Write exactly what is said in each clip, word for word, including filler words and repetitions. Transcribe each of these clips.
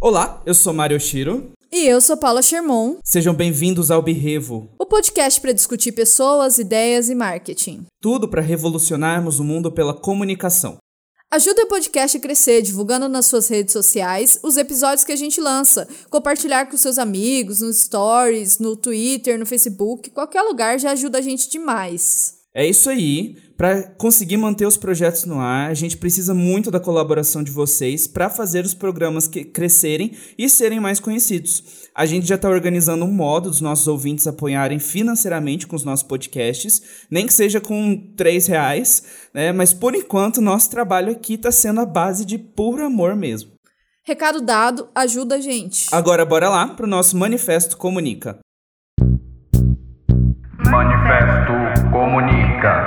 Olá, eu sou Mário Oshiro. E eu sou Paula Sherman. Sejam bem-vindos ao Birrevo, o podcast para discutir pessoas, ideias e marketing. Tudo para revolucionarmos o mundo pela comunicação. Ajude o podcast a crescer, divulgando nas suas redes sociais os episódios que a gente lança. Compartilhar com seus amigos, nos stories, no Twitter, no Facebook, qualquer lugar já ajuda a gente demais. É isso aí. Para conseguir manter os projetos no ar, a gente precisa muito da colaboração de vocês para fazer os programas que crescerem e serem mais conhecidos. A gente já está organizando um modo dos nossos ouvintes apoiarem financeiramente com os nossos podcasts, nem que seja com três reais, né? Mas por enquanto nosso trabalho aqui está sendo a base de puro amor mesmo. Recado dado, ajuda a gente. Agora bora lá para o nosso Manifesto Comunica. Manifesto Comunica.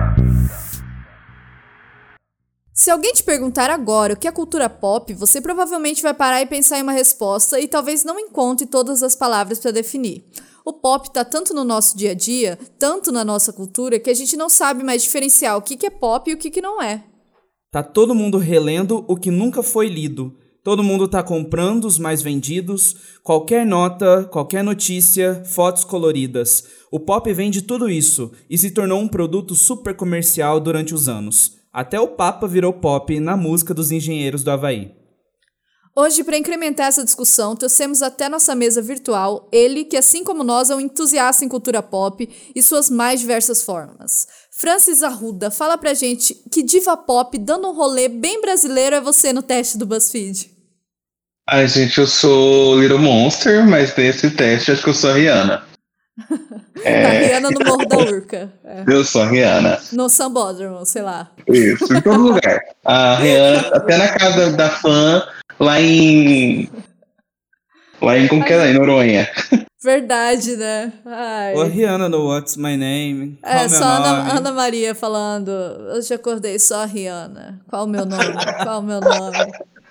Se alguém te perguntar agora o que é cultura pop, você provavelmente vai parar e pensar em uma resposta e talvez não encontre todas as palavras para definir. O pop está tanto no nosso dia a dia, tanto na nossa cultura, que a gente não sabe mais diferenciar o que é pop e o que não é. Tá todo mundo relendo o que nunca foi lido. Todo mundo tá comprando os mais vendidos, qualquer nota, qualquer notícia, fotos coloridas. O pop vende tudo isso e se tornou um produto super comercial durante os anos. Até o Papa virou pop na música dos Engenheiros do Havaí. Hoje, para incrementar essa discussão, trouxemos até nossa mesa virtual ele que, assim como nós, é um entusiasta em cultura pop e suas mais diversas formas. Francis Arruda, fala pra gente que diva pop, dando um rolê bem brasileiro, é você no teste do BuzzFeed. Ai, gente, eu sou Little Monster, mas nesse teste acho que eu sou a Rihanna. É... A Rihanna no Morro da Urca. É. Eu sou a Rihanna. No Sambódromo, sei lá. Isso, em todo lugar. A Rihanna, até na casa da fã, lá em... Lá em, como que é? Em Noronha. Verdade, né? Ai. Ô, Rihanna no What's My Name? Qual é, meu só nome? Ana, Ana Maria falando. Hoje acordei só a Rihanna. Qual o meu nome? Qual o meu nome?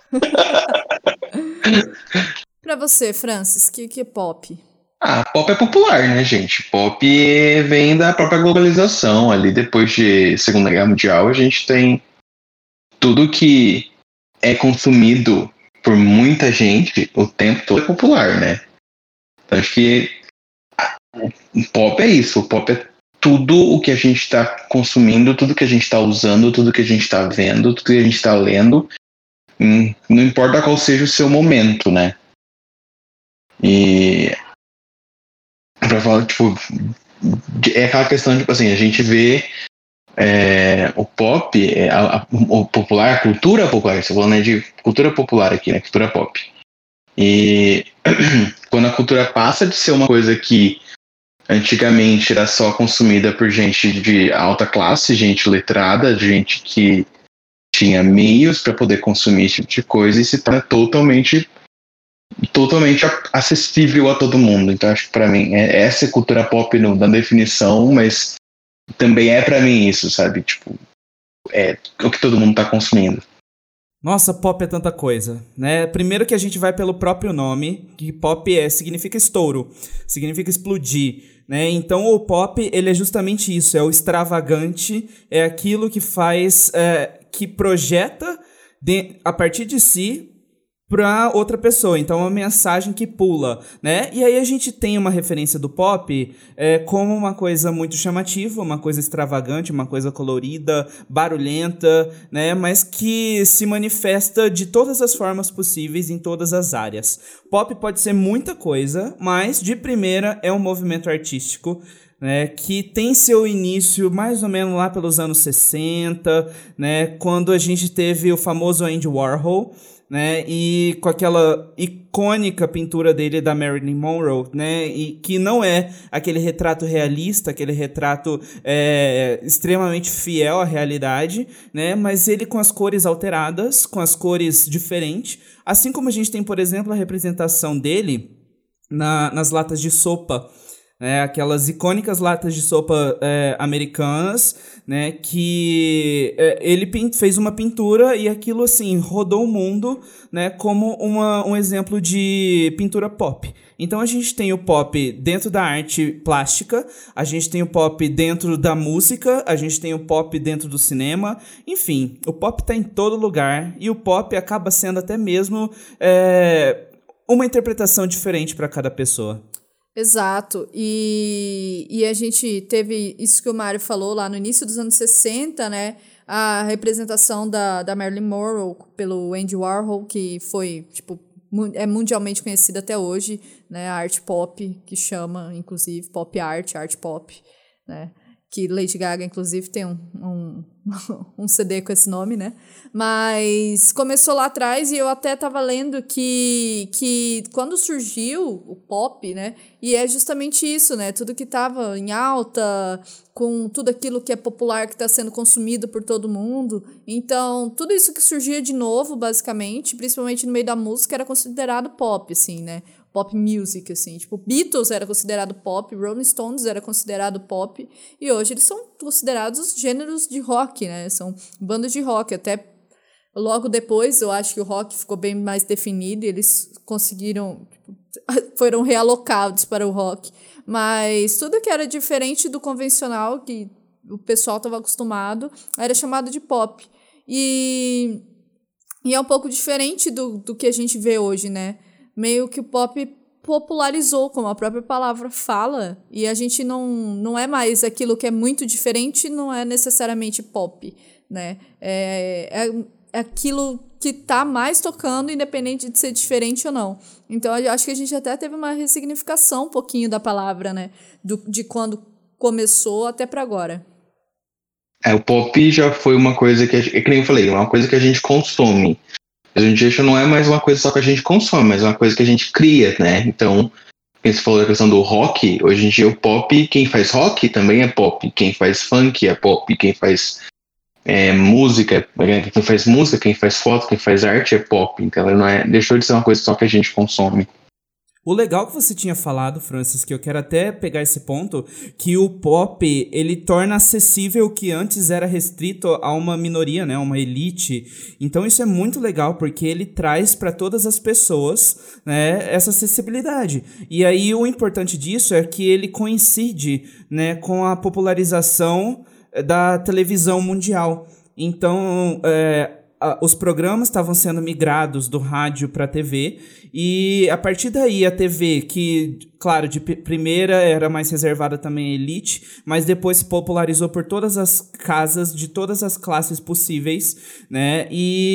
Pra você, Francis, o que, que é pop? Ah, pop é popular, né, gente? Pop vem da própria globalização. Ali depois de Segunda Guerra Mundial, a gente tem tudo que é consumido por muita gente o tempo todo é popular, né? Então, acho que o pop é isso. O pop é tudo o que a gente está consumindo, tudo que a gente está usando, tudo que a gente está vendo, tudo que a gente está lendo. Não importa qual seja o seu momento, né? E pra falar, tipo, é aquela questão, tipo assim, a gente vê é, o pop, é, a, a, o popular, a cultura popular, você falando, né, de cultura popular aqui, né, cultura pop. E quando a cultura passa de ser uma coisa que antigamente era só consumida por gente de alta classe, gente letrada, gente que tinha meios para poder consumir esse tipo de coisa e se torna totalmente totalmente acessível a todo mundo. Então acho que para mim é essa cultura pop não da definição, mas também é para mim isso, sabe? Tipo, é o que todo mundo tá consumindo. Nossa, pop é tanta coisa, né? Primeiro que a gente vai pelo próprio nome, que pop é, significa estouro, significa explodir, né? Então o pop, ele é justamente isso, é o extravagante, é aquilo que faz, é, que projeta de, a partir de si para outra pessoa, então é uma mensagem que pula, né? E aí a gente tem uma referência do pop é, como uma coisa muito chamativa, uma coisa extravagante, uma coisa colorida, barulhenta, né? Mas que se manifesta de todas as formas possíveis em todas as áreas. Pop pode ser muita coisa, mas de primeira é um movimento artístico, né, que tem seu início mais ou menos lá pelos anos sessenta, né, quando a gente teve o famoso Andy Warhol, né, e com aquela icônica pintura dele da Marilyn Monroe, né, e que não é aquele retrato realista, aquele retrato é, extremamente fiel à realidade, né, mas ele com as cores alteradas, com as cores diferentes, assim como a gente tem, por exemplo, a representação dele na, nas latas de sopa, né? Aquelas icônicas latas de sopa é, americanas, né? Que é, ele pin- fez uma pintura e aquilo, assim, rodou o mundo, né? Como uma, um exemplo de pintura pop. Então a gente tem o pop dentro da arte plástica, a gente tem o pop dentro da música, a gente tem o pop dentro do cinema, enfim, o pop tá em todo lugar e o pop acaba sendo até mesmo é, uma interpretação diferente para cada pessoa. Exato, e, e a gente teve isso que o Mário falou lá no início dos anos sessenta, né, a representação da, da Marilyn Monroe pelo Andy Warhol, que foi, tipo, é mundialmente conhecida até hoje, né, a arte pop, que chama, inclusive, pop art, art pop, né, que Lady Gaga, inclusive, tem um, um, um C D com esse nome, né, mas começou lá atrás e eu até estava lendo que, que quando surgiu o pop, né, e é justamente isso, né, tudo que estava em alta, com tudo aquilo que é popular, que está sendo consumido por todo mundo, então tudo isso que surgia de novo, basicamente, principalmente no meio da música, era considerado pop, assim, né, pop music, assim, tipo, Beatles era considerado pop, Rolling Stones era considerado pop, e hoje eles são considerados gêneros de rock, né, são bandas de rock, até logo depois eu acho que o rock ficou bem mais definido, e eles conseguiram, tipo, foram realocados para o rock, mas tudo que era diferente do convencional, que o pessoal estava acostumado, era chamado de pop, e, e é um pouco diferente do, do que a gente vê hoje, né, meio que o pop popularizou, como a própria palavra fala, e a gente não, não é mais aquilo que é muito diferente, não é necessariamente pop, né? É, é, é aquilo que tá mais tocando, independente de ser diferente ou não. Então, eu acho que a gente até teve uma ressignificação um pouquinho da palavra, né? Do, de quando começou até para agora. É, o pop já foi uma coisa que, é que nem eu falei, é uma coisa que a gente consome. A gente já não é mais uma coisa só que a gente consome, mas é uma coisa que a gente cria, né? Então, quem você falou da questão do rock, hoje em dia o pop, quem faz rock também é pop, quem faz funk é pop, quem faz é, música, quem faz música, quem faz foto, quem faz arte é pop. Então, ela não é, deixou de ser uma coisa só que a gente consome. O legal que você tinha falado, Francis, que eu quero até pegar esse ponto, que o pop, ele torna acessível o que antes era restrito a uma minoria, né, uma elite. Então isso é muito legal, porque ele traz para todas as pessoas, né, essa acessibilidade. E aí o importante disso é que ele coincide, né, com a popularização da televisão mundial. Então, é, os programas estavam sendo migrados do rádio para a T V, e a partir daí a T V, que, claro, de p- primeira era mais reservada também à elite, mas depois se popularizou por todas as casas, de todas as classes possíveis, né?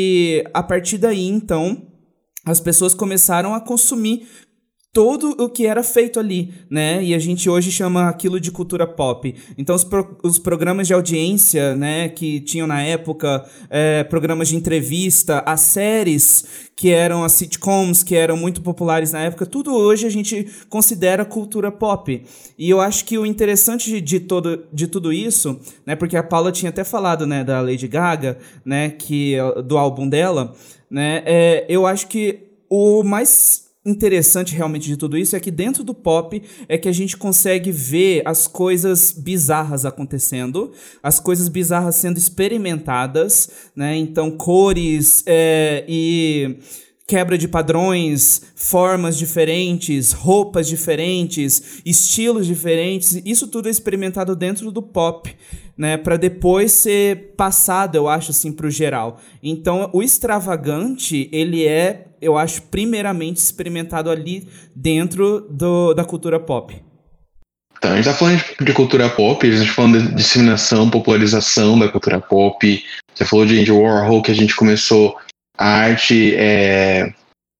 E a partir daí, então, as pessoas começaram a consumir todo o que era feito ali, né? E a gente hoje chama aquilo de cultura pop. Então, os, pro, os programas de audiência, né, que tinham na época, é, programas de entrevista, as séries que eram as sitcoms, que eram muito populares na época, tudo hoje a gente considera cultura pop. E eu acho que o interessante de, de, todo, de tudo isso, né, porque a Paula tinha até falado, né, da Lady Gaga, né, que, do álbum dela, né, é, eu acho que o mais interessante realmente de tudo isso é que dentro do pop é que a gente consegue ver as coisas bizarras acontecendo, as coisas bizarras sendo experimentadas, né? Então cores é, e quebra de padrões, formas diferentes, roupas diferentes, estilos diferentes, isso tudo é experimentado dentro do pop, né, para depois ser passado, eu acho, assim, pro geral. Então, o extravagante, ele é, eu acho, primeiramente experimentado ali dentro do, da cultura pop. Então, a gente tá falando de cultura pop, a gente tá falando de disseminação, popularização da cultura pop. Você falou de Andy Warhol, que a gente começou a arte, é,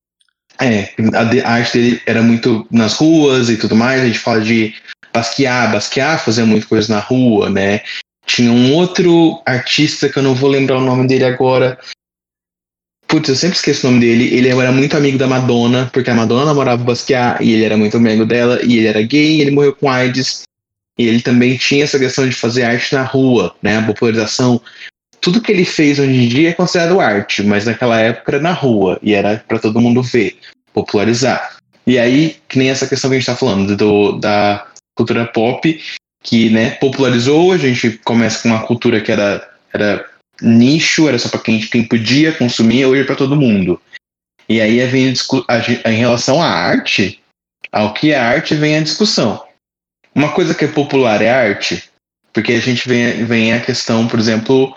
é, a arte dele era muito nas ruas e tudo mais. A gente fala de Basquiat, Basquiat fazia muita coisa na rua, né? Tinha um outro artista que eu não vou lembrar o nome dele agora. Putz, eu sempre esqueço o nome dele. Ele era muito amigo da Madonna, porque a Madonna namorava o Basquiat e ele era muito amigo dela, e ele era gay, e ele morreu com AIDS. E ele também tinha essa questão de fazer arte na rua, né? A popularização. Tudo que ele fez hoje em dia é considerado arte, mas naquela época era na rua, e era para todo mundo ver, popularizar. E aí, que nem essa questão que a gente tá falando, do, da cultura pop, que, né, popularizou. A gente começa com uma cultura que era, era nicho, era só para quem, quem podia consumir, hoje é para todo mundo. E aí vem a, a, em relação à arte, ao que é arte, vem a discussão. Uma coisa que é popular é arte, porque a gente vem, vem a questão, por exemplo,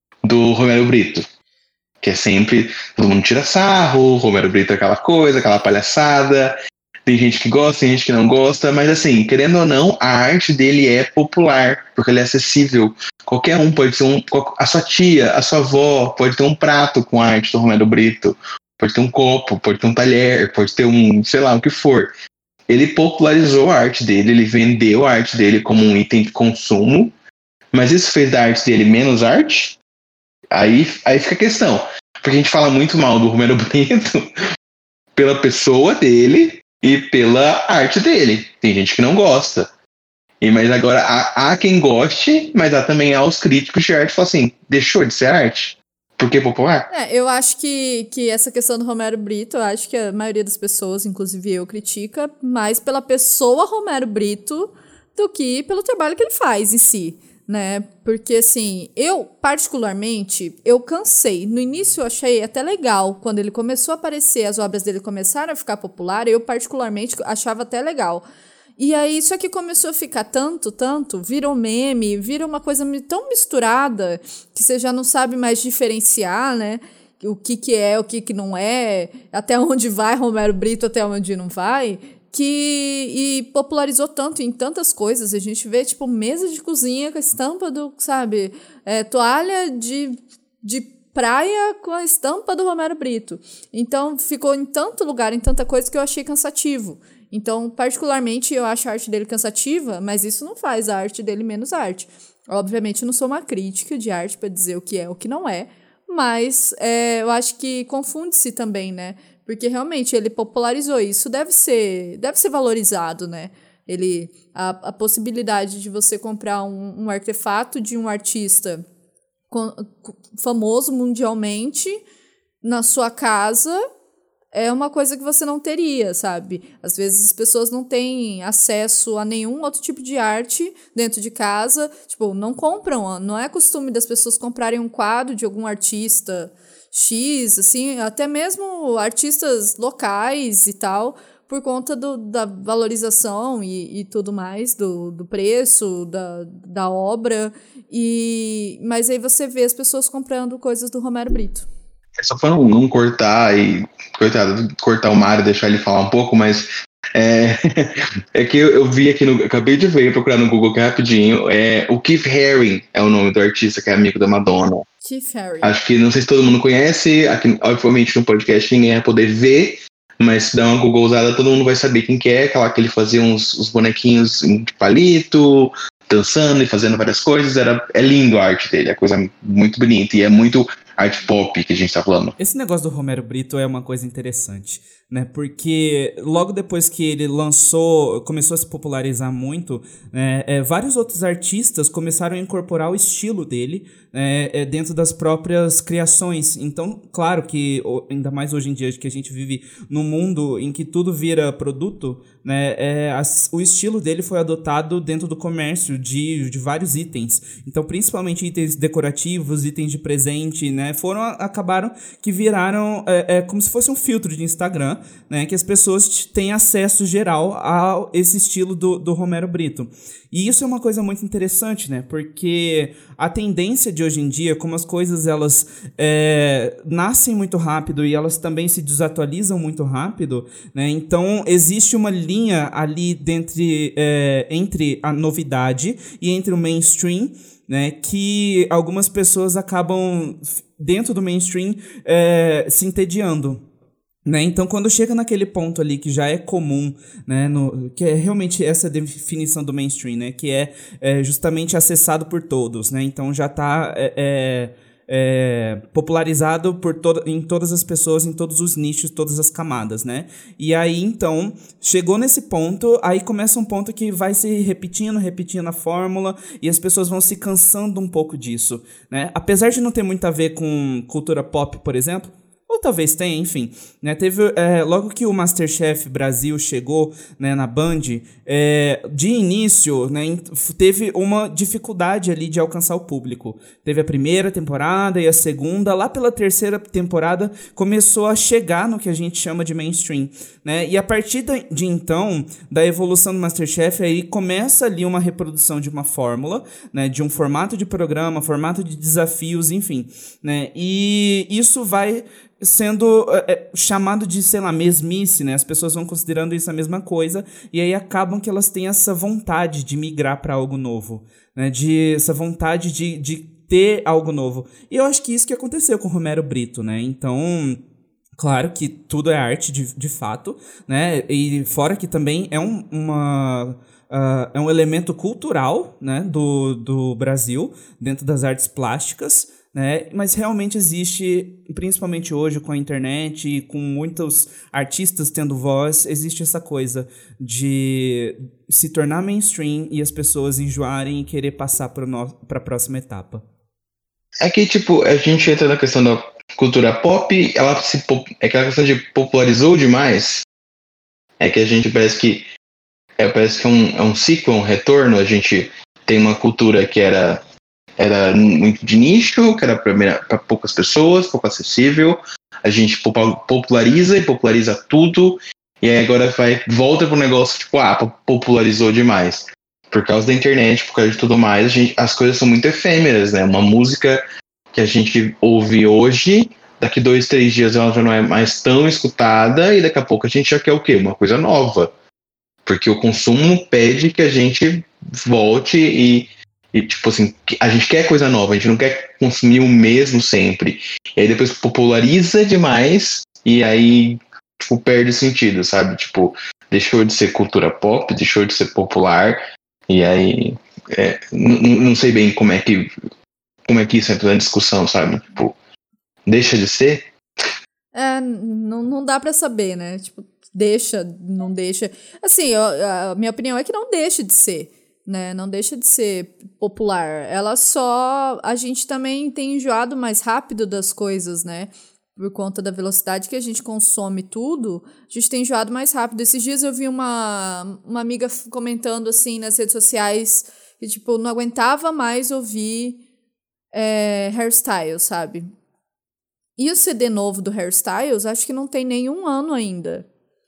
do Romero Brito, que é sempre, todo mundo tira sarro, Romero Brito é aquela coisa, aquela palhaçada, tem gente que gosta, tem gente que não gosta, mas assim, querendo ou não, a arte dele é popular, porque ele é acessível. Qualquer um pode ter um, a sua tia, a sua avó, pode ter um prato com a arte do Romero Brito, pode ter um copo, pode ter um talher, pode ter um, sei lá, o que for. Ele popularizou a arte dele, ele vendeu a arte dele como um item de consumo, mas isso fez da arte dele menos arte? Aí, aí fica a questão. Porque a gente fala muito mal do Romero Brito pela pessoa dele e pela arte dele. Tem gente que não gosta. E, mas agora há, há quem goste, mas há também há os críticos de arte que falam assim, deixou de ser arte? Porque é popular? É, eu acho que, que essa questão do Romero Brito, eu acho que a maioria das pessoas, inclusive eu, critica mais pela pessoa Romero Brito do que pelo trabalho que ele faz em si, né? Porque, assim, eu, particularmente, eu cansei. No início eu achei até legal, quando ele começou a aparecer, as obras dele começaram a ficar popular, eu, particularmente, achava até legal. E aí, isso aqui começou a ficar tanto, tanto, virou meme, vira uma coisa tão misturada que você já não sabe mais diferenciar, né? O que que é, o que que não é, até onde vai Romero Brito, até onde não vai, que e popularizou tanto em tantas coisas. A gente vê, tipo, mesa de cozinha com a estampa do, sabe, é, toalha de, de praia com a estampa do Romero Brito. Então, ficou em tanto lugar, em tanta coisa, que eu achei cansativo. Então, particularmente, eu acho a arte dele cansativa, mas isso não faz a arte dele menos arte. Obviamente, eu não sou uma crítica de arte para dizer o que é e o que não é, mas é, eu acho que confunde-se também, né? Porque, realmente, ele popularizou isso. Deve ser, deve ser valorizado, né? Ele, a, a possibilidade de você comprar um, um artefato de um artista com, famoso mundialmente na sua casa é uma coisa que você não teria, sabe? Às vezes as pessoas não têm acesso a nenhum outro tipo de arte dentro de casa. Tipo, não compram, não é costume das pessoas comprarem um quadro de algum artista X, assim, até mesmo artistas locais e tal, por conta do, da valorização e, e tudo mais, do, do preço, da, da obra. E, mas aí você vê as pessoas comprando coisas do Romero Brito. É só pra não, não cortar e coitado, cortar o Mário e deixar ele falar um pouco, mas é, é que eu, eu vi aqui, no, acabei de ver, procurar no Google aqui rapidinho, é, o Keith Haring é o nome do artista que é amigo da Madonna. Keith Haring. Acho que, não sei se todo mundo conhece, aqui, obviamente no podcast ninguém vai poder ver, mas se dá uma Googleada todo mundo vai saber quem que é, aquela que ele fazia uns, uns bonequinhos de palito, dançando e fazendo várias coisas, era, é lindo a arte dele, é coisa muito bonita e é muito arte pop que a gente tá falando. Esse negócio do Romero Brito é uma coisa interessante, né? Porque logo depois que ele lançou, começou a se popularizar muito, né, é, vários outros artistas começaram a incorporar o estilo dele é, é, dentro das próprias criações. Então, claro que, ainda mais hoje em dia que a gente vive num mundo em que tudo vira produto, né, é, as, o estilo dele foi adotado dentro do comércio de, de vários itens. Então, principalmente itens decorativos, itens de presente, né, foram, acabaram que viraram é, é, como se fosse um filtro de Instagram, né, que as pessoas têm acesso geral a esse estilo do, do Romero Brito. E isso é uma coisa muito interessante, né, porque a tendência de hoje em dia, como as coisas elas é, nascem muito rápido e elas também se desatualizam muito rápido, né, então existe uma linha ali dentre, é, entre a novidade e entre o mainstream, né, que algumas pessoas acabam, dentro do mainstream, é, se entediando. Né? Então, quando chega naquele ponto ali que já é comum, né, no, que é realmente essa definição do mainstream, né, que é, é justamente acessado por todos, né? Então já está é, é, é, popularizado por to- em todas as pessoas, em todos os nichos, todas as camadas, né? E aí, então, chegou nesse ponto, aí começa um ponto que vai se repetindo, repetindo a fórmula, e as pessoas vão se cansando um pouco disso, né? Apesar de não ter muito a ver com cultura pop, por exemplo, Ou talvez tenha, enfim. Né, teve, é, logo que o MasterChef Brasil chegou, né, na Band, é, de início, né, teve uma dificuldade ali de alcançar o público. Teve a primeira temporada e a segunda. Lá pela terceira temporada começou a chegar no que a gente chama de mainstream. Né, e a partir de então, da evolução do MasterChef, aí começa ali uma reprodução de uma fórmula, né, de um formato de programa, formato de desafios, enfim. Né, e isso vai sendo é, chamado de, sei lá, mesmice, né? As pessoas vão considerando isso a mesma coisa e aí acabam que elas têm essa vontade de migrar para algo novo, né? De, essa vontade de, de ter algo novo. E eu acho que isso que aconteceu com o Romero Brito, né? Então, claro que tudo é arte de, de fato, né? E fora que também é um, uma... Uh, é um elemento cultural, né, do, do Brasil, dentro das artes plásticas, né, mas realmente existe, principalmente hoje com a internet e com muitos artistas tendo voz, existe essa coisa de se tornar mainstream e as pessoas enjoarem e querer passar para a próxima etapa. É que, tipo, a gente entra na questão da cultura pop, ela se é aquela questão de popularizou demais, é que a gente parece que É, parece que é um, é um ciclo, um retorno. A gente tem uma cultura que era, era muito de nicho, que era para poucas pessoas, pouco acessível. A gente populariza e populariza tudo. E aí agora vai, volta para o negócio, tipo, ah, popularizou demais. Por causa da internet, por causa de tudo mais, a gente, as coisas são muito efêmeras, né? Uma música que a gente ouve hoje, daqui dois, três dias ela já não é mais tão escutada e daqui a pouco a gente já quer o quê? Uma coisa nova. Porque o consumo pede que a gente volte e, e, tipo assim, a gente quer coisa nova, a gente não quer consumir o mesmo sempre. E aí depois populariza demais e aí, tipo, perde o sentido, sabe? Tipo, deixou de ser cultura pop, deixou de ser popular e aí, é, n- não sei bem como é que, como é que isso entra na discussão, sabe? Tipo, deixa de ser? É, não, não dá pra saber, né? Tipo, deixa, não deixa. Assim, eu, a minha opinião é que não deixa de ser, né? Não deixa de ser popular. Ela só... A gente também tem enjoado mais rápido das coisas, né? Por conta da velocidade que a gente consome tudo, a gente tem enjoado mais rápido. Esses dias eu vi uma, uma amiga comentando, assim, nas redes sociais, que, tipo, não aguentava mais ouvir é, Hairstyles, sabe? E o C D novo do Hairstyles, acho que não tem nenhum ano ainda.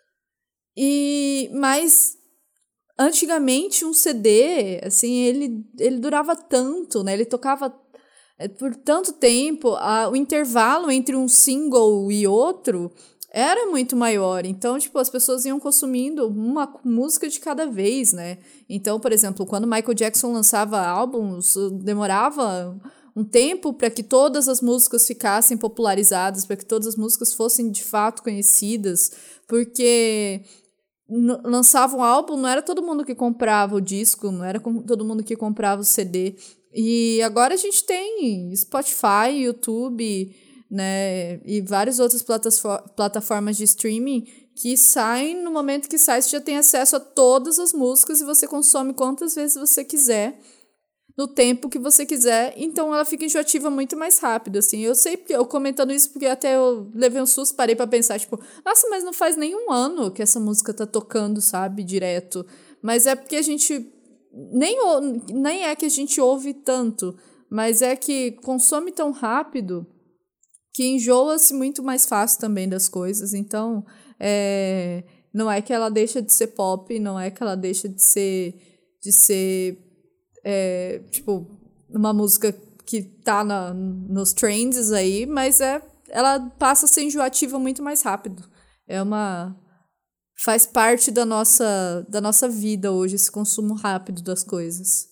E, mas, antigamente, um C D, assim, ele, ele durava tanto, né? Ele tocava por tanto tempo, a, o intervalo entre um single e outro era muito maior. Então, tipo, as pessoas iam consumindo uma música de cada vez, né? Então, por exemplo, quando Michael Jackson lançava álbuns, demorava um tempo para que todas as músicas ficassem popularizadas, para que todas as músicas fossem de fato conhecidas, porque n- lançava um álbum, não era todo mundo que comprava o disco, não era com- todo mundo que comprava o C D. E agora a gente tem Spotify, YouTube, né, e várias outras plataform- plataformas de streaming que saem no momento que sai, você já tem acesso a todas as músicas e você consome quantas vezes você quiser, no tempo que você quiser, então ela fica enjoativa muito mais rápido, assim. Eu sei, porque eu comentando isso porque até eu levei um susto, parei pra pensar, tipo, nossa, mas não faz nenhum ano que essa música tá tocando, sabe, direto. Mas é porque a gente, nem, nem é que a gente ouve tanto, mas é que consome tão rápido que enjoa-se muito mais fácil também das coisas, então, é, não é que ela deixa de ser pop, não é que ela deixa de ser, de ser É, tipo, uma música que tá na, nos trends aí, mas é, ela passa a ser enjoativa muito mais rápido. É uma... Faz parte da nossa, da nossa vida hoje, esse consumo rápido das coisas.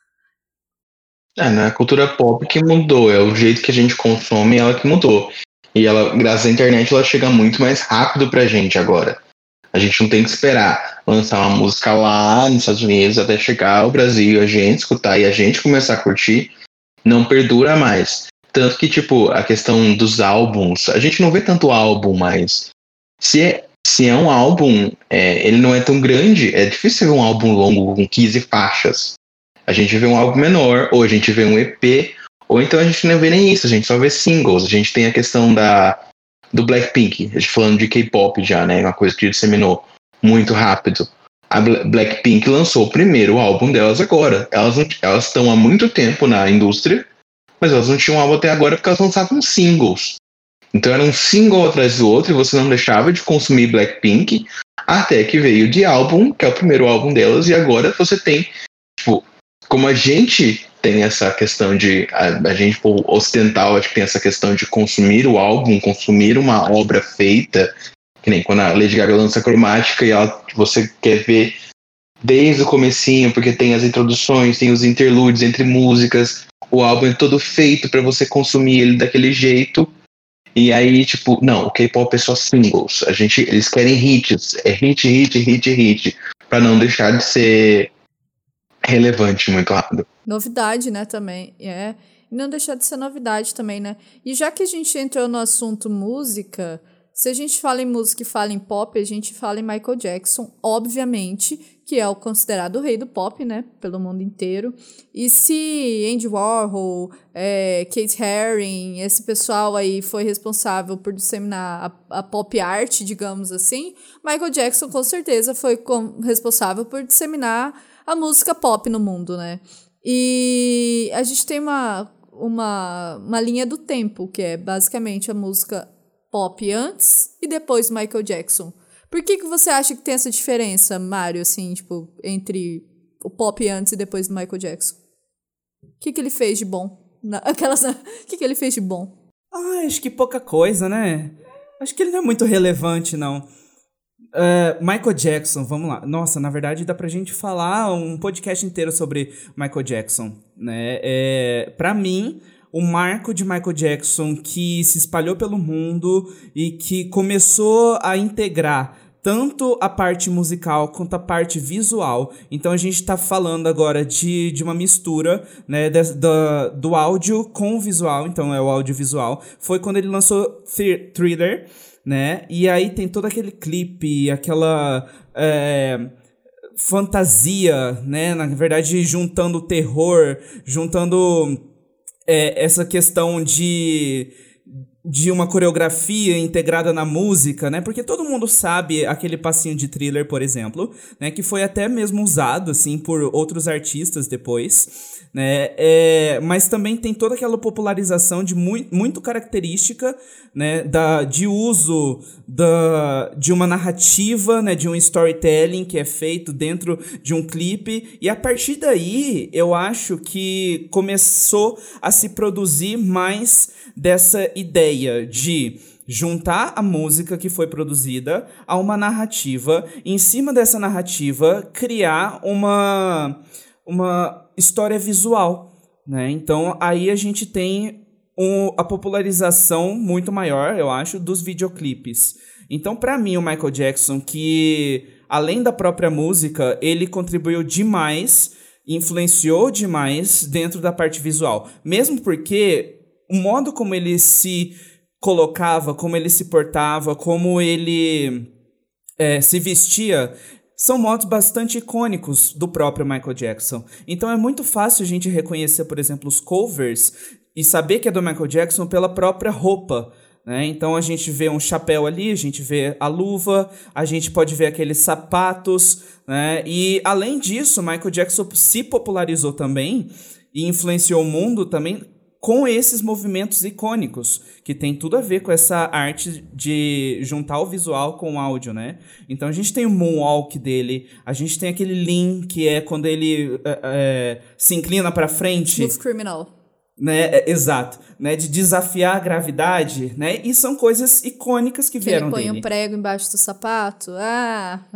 É, não é a cultura pop que mudou, é o jeito que a gente consome ela que mudou. E ela, graças à internet, ela chega muito mais rápido pra gente agora. A gente não tem que esperar lançar uma música lá nos Estados Unidos até chegar ao Brasil, a gente escutar e a gente começar a curtir, não perdura mais. Tanto que, tipo, a questão dos álbuns, a gente não vê tanto álbum mais. Se é, se é um álbum, é, ele não é tão grande, é difícil ver um álbum longo com quinze faixas. A gente vê um álbum menor, ou a gente vê um E P, ou então a gente não vê nem isso, a gente só vê singles. A gente tem a questão da... do Blackpink, a gente falando de K-pop já, né? Uma coisa que disseminou muito rápido. A Blackpink lançou o primeiro álbum delas agora. Elas elas estão há muito tempo na indústria, mas elas não tinham álbum até agora porque elas lançavam singles. Então era um single atrás do outro e você não deixava de consumir Blackpink até que veio de álbum, que é o primeiro álbum delas, e agora você tem, tipo, como a gente tem essa questão de, a, a gente tipo, ocidental, acho que tem essa questão de consumir o álbum, consumir uma obra feita, que nem quando a Lady Gaga lança Cromática e ela, você quer ver desde o comecinho, porque tem as introduções, tem os interlúdios entre músicas, o álbum é todo feito para você consumir ele daquele jeito. E aí, tipo, não, o K-pop é só singles. A gente, eles querem hits. É hit, hit, hit, hit. Pra não deixar de ser relevante muito rápido. Novidade, né, também. É. E não deixar de ser novidade também, né? E já que a gente entrou no assunto música, se a gente fala em música e fala em pop, a gente fala em Michael Jackson, obviamente, que é o considerado o rei do pop, né, pelo mundo inteiro. E se Andy Warhol, é, Keith Haring, esse pessoal aí foi responsável por disseminar a, a pop art, digamos assim, Michael Jackson com certeza foi com, responsável por disseminar a música pop no mundo, né. E a gente tem uma, uma, uma linha do tempo, que é basicamente a música pop antes e depois Michael Jackson. Por que que você acha que tem essa diferença, Mário, assim, tipo, entre o pop antes e depois do Michael Jackson? O que que ele fez de bom? Na, aquelas, o que que ele fez de bom? Ah, acho que pouca coisa, né? Acho que ele não é muito relevante, não. Uh, Michael Jackson, vamos lá. Nossa, na verdade dá pra gente falar um podcast inteiro sobre Michael Jackson, né? É, pra mim, o marco de Michael Jackson que se espalhou pelo mundo e que começou a integrar tanto a parte musical quanto a parte visual. Então a gente tá falando agora de, de uma mistura, né, de, de, do áudio com o visual, então é o audiovisual. Foi quando ele lançou Thriller, né, e aí tem todo aquele clipe, aquela é, fantasia, né, na verdade juntando terror, juntando é, essa questão de... de uma coreografia integrada na música, né? Porque todo mundo sabe aquele passinho de Thriller, por exemplo, né? Que foi até mesmo usado, assim, por outros artistas depois, né? É, mas também tem toda aquela popularização de muito, muito característica, né? Da, de uso da, de uma narrativa, né? De um storytelling que é feito dentro de um clipe. E a partir daí, eu acho que começou a se produzir mais dessa ideia de juntar a música que foi produzida a uma narrativa, e em cima dessa narrativa criar uma, uma história visual, né? Então aí a gente tem um, a popularização muito maior, eu acho, dos videoclipes. Então, para mim, o Michael Jackson, que além da própria música, ele contribuiu demais, influenciou demais dentro da parte visual, mesmo porque o modo como ele se colocava, como ele se portava, como ele é, se vestia, são modos bastante icônicos do próprio Michael Jackson. Então é muito fácil a gente reconhecer, por exemplo, os covers e saber que é do Michael Jackson pela própria roupa, né? Então a gente vê um chapéu ali, a gente vê a luva, a gente pode ver aqueles sapatos, né? E além disso, Michael Jackson se popularizou também e influenciou o mundo também com esses movimentos icônicos, que tem tudo a ver com essa arte de juntar o visual com o áudio, né? Então a gente tem o moonwalk dele, a gente tem aquele lean, que é quando ele é, é, se inclina pra frente. Smooth Criminal. Né? É, exato. Né? De desafiar a gravidade, né? E são coisas icônicas que, que vieram dele. Ele põe um prego embaixo do sapato. Ah!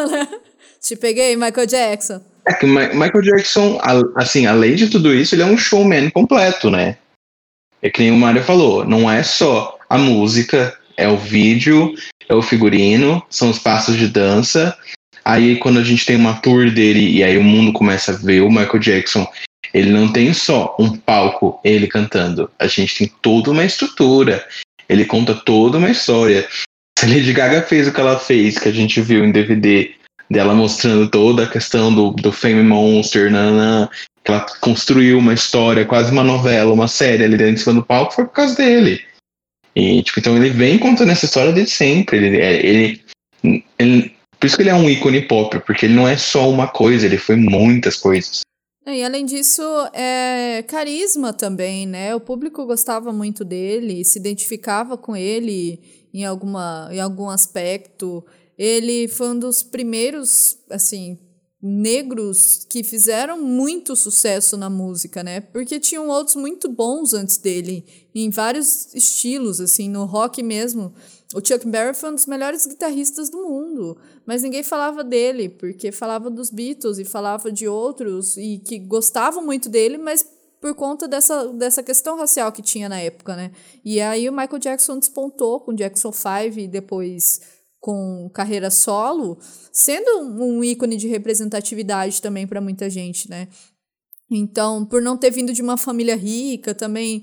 Te peguei, Michael Jackson. É que Michael Jackson, assim, além de tudo isso, ele é um showman completo, né? É que nem o Mário falou, não é só a música, é o vídeo, é o figurino, são os passos de dança. Aí quando a gente tem uma tour dele e aí o mundo começa a ver o Michael Jackson, ele não tem só um palco, ele cantando. A gente tem toda uma estrutura, ele conta toda uma história. Se a Lady Gaga fez o que ela fez, que a gente viu em D V D, dela mostrando toda a questão do, do Fame Monster, nanã, que ela construiu uma história, quase uma novela, uma série ali dentro em cima do palco, foi por causa dele. E, tipo, então ele vem contando essa história desde sempre. Ele, ele, ele, por isso que ele é um ícone pop, porque ele não é só uma coisa, ele foi muitas coisas. E além disso, é carisma também, né? O público gostava muito dele, se identificava com ele em, alguma, em algum aspecto. Ele foi um dos primeiros, assim, negros que fizeram muito sucesso na música, né? Porque tinham outros muito bons antes dele, em vários estilos, assim, no rock mesmo. O Chuck Berry foi um dos melhores guitarristas do mundo, mas ninguém falava dele, porque falava dos Beatles e falava de outros, e que gostavam muito dele, mas por conta dessa, dessa questão racial que tinha na época, né? E aí o Michael Jackson despontou com Jackson five e depois com carreira solo, sendo um ícone de representatividade também para muita gente, né? Então, por não ter vindo de uma família rica, também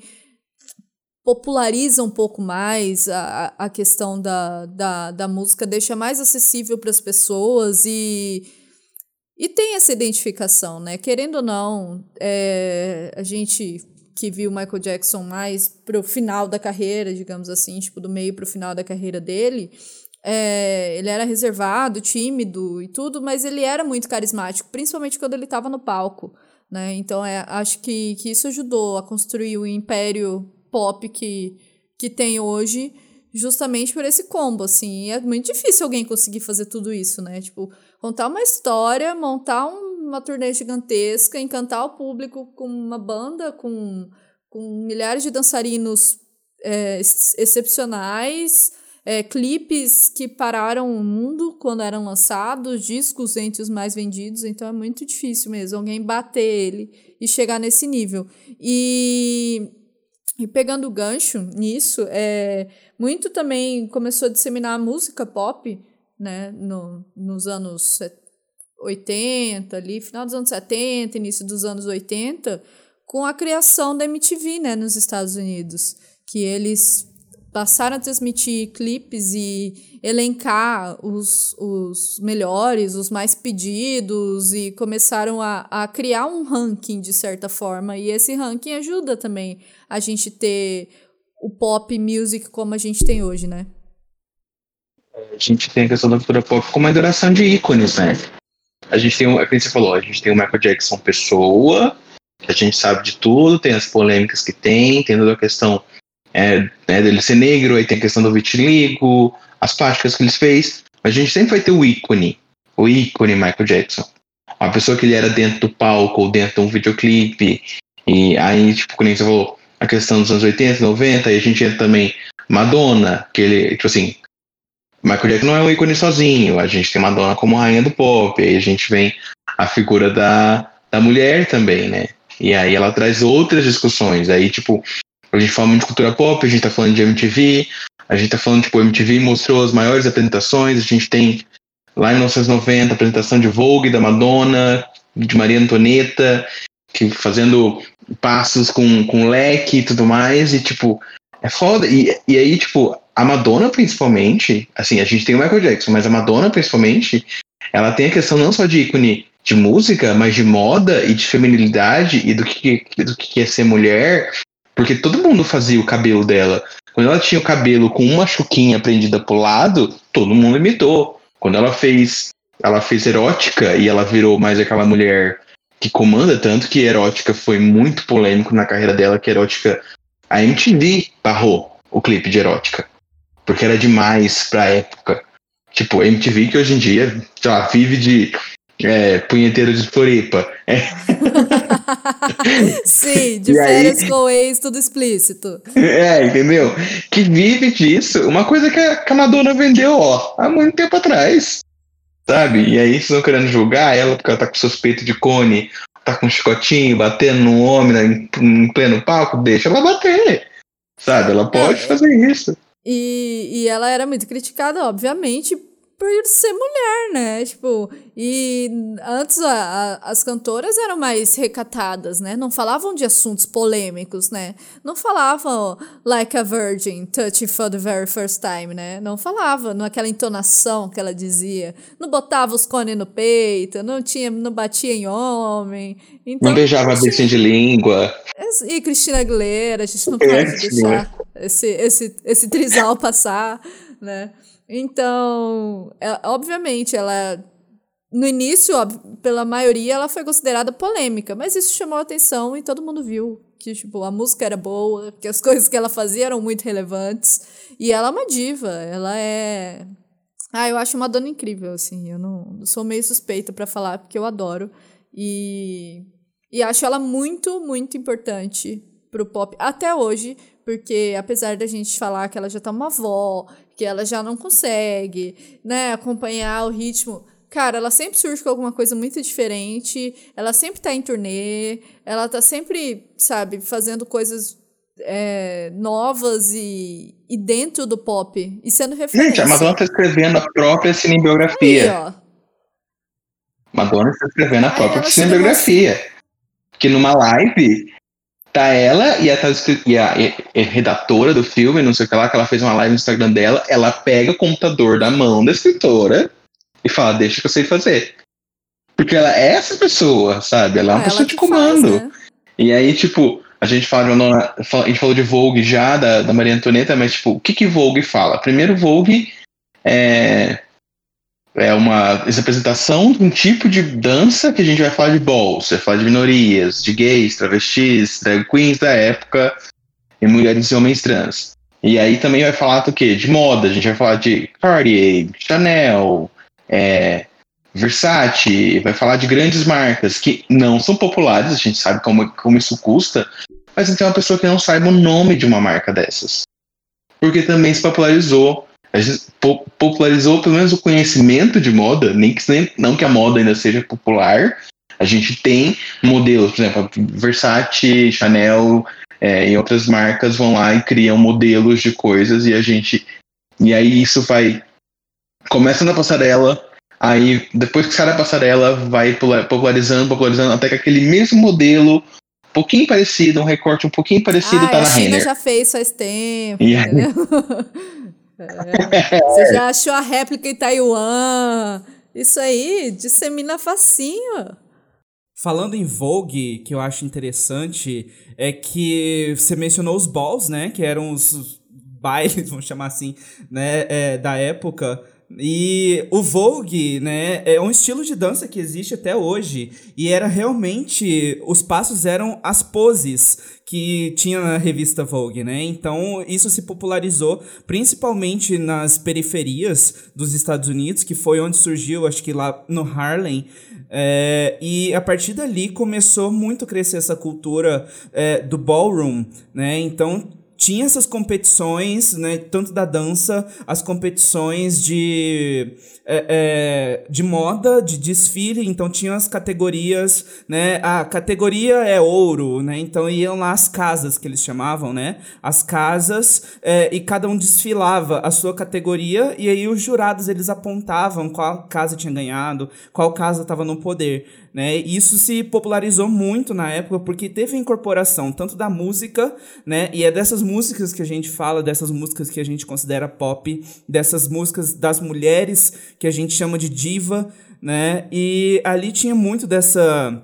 populariza um pouco mais a, a questão da, da, da música, deixa mais acessível para as pessoas e, e tem essa identificação, né? Querendo ou não, é, a gente que viu o Michael Jackson mais pro final da carreira, digamos assim, tipo, do meio pro final da carreira dele, é, ele era reservado, tímido e tudo, mas ele era muito carismático, principalmente quando ele estava no palco, né? Então, é, acho que, que isso ajudou a construir o império pop que, que tem hoje, justamente por esse combo, assim. E é muito difícil alguém conseguir fazer tudo isso, né? Tipo, contar uma história, montar um, uma turnê gigantesca, encantar o público com uma banda, com, com milhares de dançarinos é, excepcionais, é, clipes que pararam o mundo quando eram lançados, discos entre os mais vendidos, então é muito difícil mesmo alguém bater ele e chegar nesse nível. E... E pegando o gancho nisso, é, muito também começou a disseminar a música pop, né, no, nos anos oitenta, ali, final dos anos setenta, início dos anos oitenta, com a criação da M T V, né, nos Estados Unidos, que eles passaram a transmitir clipes e elencar os, os melhores, os mais pedidos, e começaram a, a criar um ranking, de certa forma, e esse ranking ajuda também a gente ter o pop music como a gente tem hoje, né? A gente tem a questão da cultura pop como a adoração de ícones, né? A gente tem, é o que você falou, a gente tem o Michael Jackson pessoa, que a gente sabe de tudo, tem as polêmicas que tem, tem toda a questão É, né, dele ser negro, aí tem a questão do vitiligo, as práticas que ele fez, mas a gente sempre vai ter o ícone, o ícone Michael Jackson, a pessoa que ele era dentro do palco ou dentro de um videoclipe, e aí, tipo, como você falou, a questão dos anos oitenta, noventa, aí a gente entra também Madonna, que ele, tipo assim, Michael Jackson não é um ícone sozinho, a gente tem Madonna como rainha do pop, aí a gente vem a figura da, da mulher também, né, e aí ela traz outras discussões, aí, tipo, a gente fala muito de cultura pop, a gente tá falando de M T V, a gente tá falando, tipo, M T V mostrou as maiores apresentações, a gente tem lá em mil novecentos e noventa a apresentação de Vogue, da Madonna, de Maria Antonieta, que fazendo passos com, com leque e tudo mais, e, tipo, é foda. E, e aí, tipo, a Madonna, principalmente, assim, a gente tem o Michael Jackson, mas a Madonna, principalmente, ela tem a questão não só de ícone de música, mas de moda e de feminilidade e do que, do que é ser mulher. Porque todo mundo fazia o cabelo dela. Quando ela tinha o cabelo com uma chuquinha prendida pro lado, todo mundo imitou. Quando ela fez, ela fez erótica e ela virou mais aquela mulher que comanda, tanto que erótica foi muito polêmico na carreira dela, que erótica, a M T V barrou o clipe de erótica. Porque era demais pra época. Tipo, a M T V que hoje em dia, sei lá, vive de é, punheteiro de Floripa. É. Sim, de férias aí, com o ex, tudo explícito. É, entendeu? Que vive disso. Uma coisa que a, que a Madonna vendeu, ó, há muito tempo atrás. Sabe? E aí vocês estão querendo julgar ela porque ela tá com suspeito de cone, tá com um chicotinho, batendo no homem né, em, em pleno palco, deixa ela bater. Sabe? Ela pode é, fazer isso. E, e ela era muito criticada, obviamente, por ser mulher, né, tipo, e antes a, a, as cantoras eram mais recatadas, né, não falavam de assuntos polêmicos, né, não falavam like a virgin, touch for the very first time, né, não falava naquela entonação que ela dizia, não botava os cones no peito, não tinha, não batia em homem, então, não beijava a beicinho de língua. E Cristina Aguilera, a gente não pode é, deixar... esse, esse, esse trisal passar, né? Então, é, obviamente, ela... No início, pela maioria, ela foi considerada polêmica, mas isso chamou a atenção e todo mundo viu que, tipo, a música era boa, que as coisas que ela fazia eram muito relevantes, e ela é uma diva, ela é... Ah, eu acho uma dona incrível, assim, eu não eu sou meio suspeita pra falar, porque eu adoro, e, e acho ela muito, muito importante pro pop, até hoje, porque apesar da gente falar que ela já tá uma avó, que ela já não consegue, né, acompanhar o ritmo... Cara, ela sempre surge com alguma coisa muito diferente, ela sempre tá em turnê, ela tá sempre, sabe, fazendo coisas é, novas e, e dentro do pop, e sendo referência. Gente, a Madonna tá escrevendo a própria cinebiografia. Aí, ó. Madonna está escrevendo a Aí própria ela se cinebiografia. Que numa live, tá ela e a, e a, e a redatora do filme, não sei o que lá, que ela fez uma live no Instagram dela, ela pega o computador da mão da escritora e fala, deixa que eu sei fazer. Porque ela é essa pessoa, sabe? Ela é uma Ah, pessoa ela de que comando. faz, né? E aí, tipo, a gente fala, a gente falou de Vogue já, da, da Maria Antonieta, mas, tipo, o que que Vogue fala? Primeiro, Vogue é, é uma representação de um tipo de dança que a gente vai falar de balls, vai falar de minorias, de gays, travestis, drag queens da época, e mulheres e homens trans. E aí também vai falar do quê? De moda, a gente vai falar de Cartier, Chanel, é, Versace, vai falar de grandes marcas que não são populares, a gente sabe como, como isso custa, mas não tem uma pessoa que não saiba o nome de uma marca dessas. Porque também se popularizou, a gente popularizou pelo menos o conhecimento de moda, nem que, nem, não que a moda ainda seja popular, a gente tem modelos, por exemplo, Versace, Chanel é, e outras marcas vão lá e criam modelos de coisas e a gente, e aí isso vai, começa na passarela, aí, depois que sai da passarela, vai popularizando, popularizando, até que aquele mesmo modelo, um pouquinho parecido, um recorte um pouquinho parecido, ah, tá a na China Renner. já fez faz tempo, E aí... entendeu? É, você já achou a réplica em Taiwan. Isso aí, dissemina facinho. Falando em Vogue, que eu acho interessante, é que você mencionou os balls, né? Que eram os bailes, vamos chamar assim, né? É, da época. E o Vogue, né, é um estilo de dança que existe até hoje, e era realmente, os passos eram as poses que tinha na revista Vogue, né, então isso se popularizou principalmente nas periferias dos Estados Unidos, que foi onde surgiu, acho que lá no Harlem, é, e a partir dali começou muito a crescer essa cultura é, do ballroom, né, então tinha essas competições, né, tanto da dança, as competições de, é, é, de moda, de desfile, então tinha as categorias, né, a categoria é ouro, né, então iam lá as casas que eles chamavam, né, as casas, é, e cada um desfilava a sua categoria, e aí os jurados eles apontavam qual casa tinha ganhado, qual casa estava no poder, né, e isso se popularizou muito na época, porque teve a incorporação tanto da música, né, e é dessas músicas que a gente fala, dessas músicas que a gente considera pop, dessas músicas das mulheres que a gente chama de diva, né, e ali tinha muito dessa...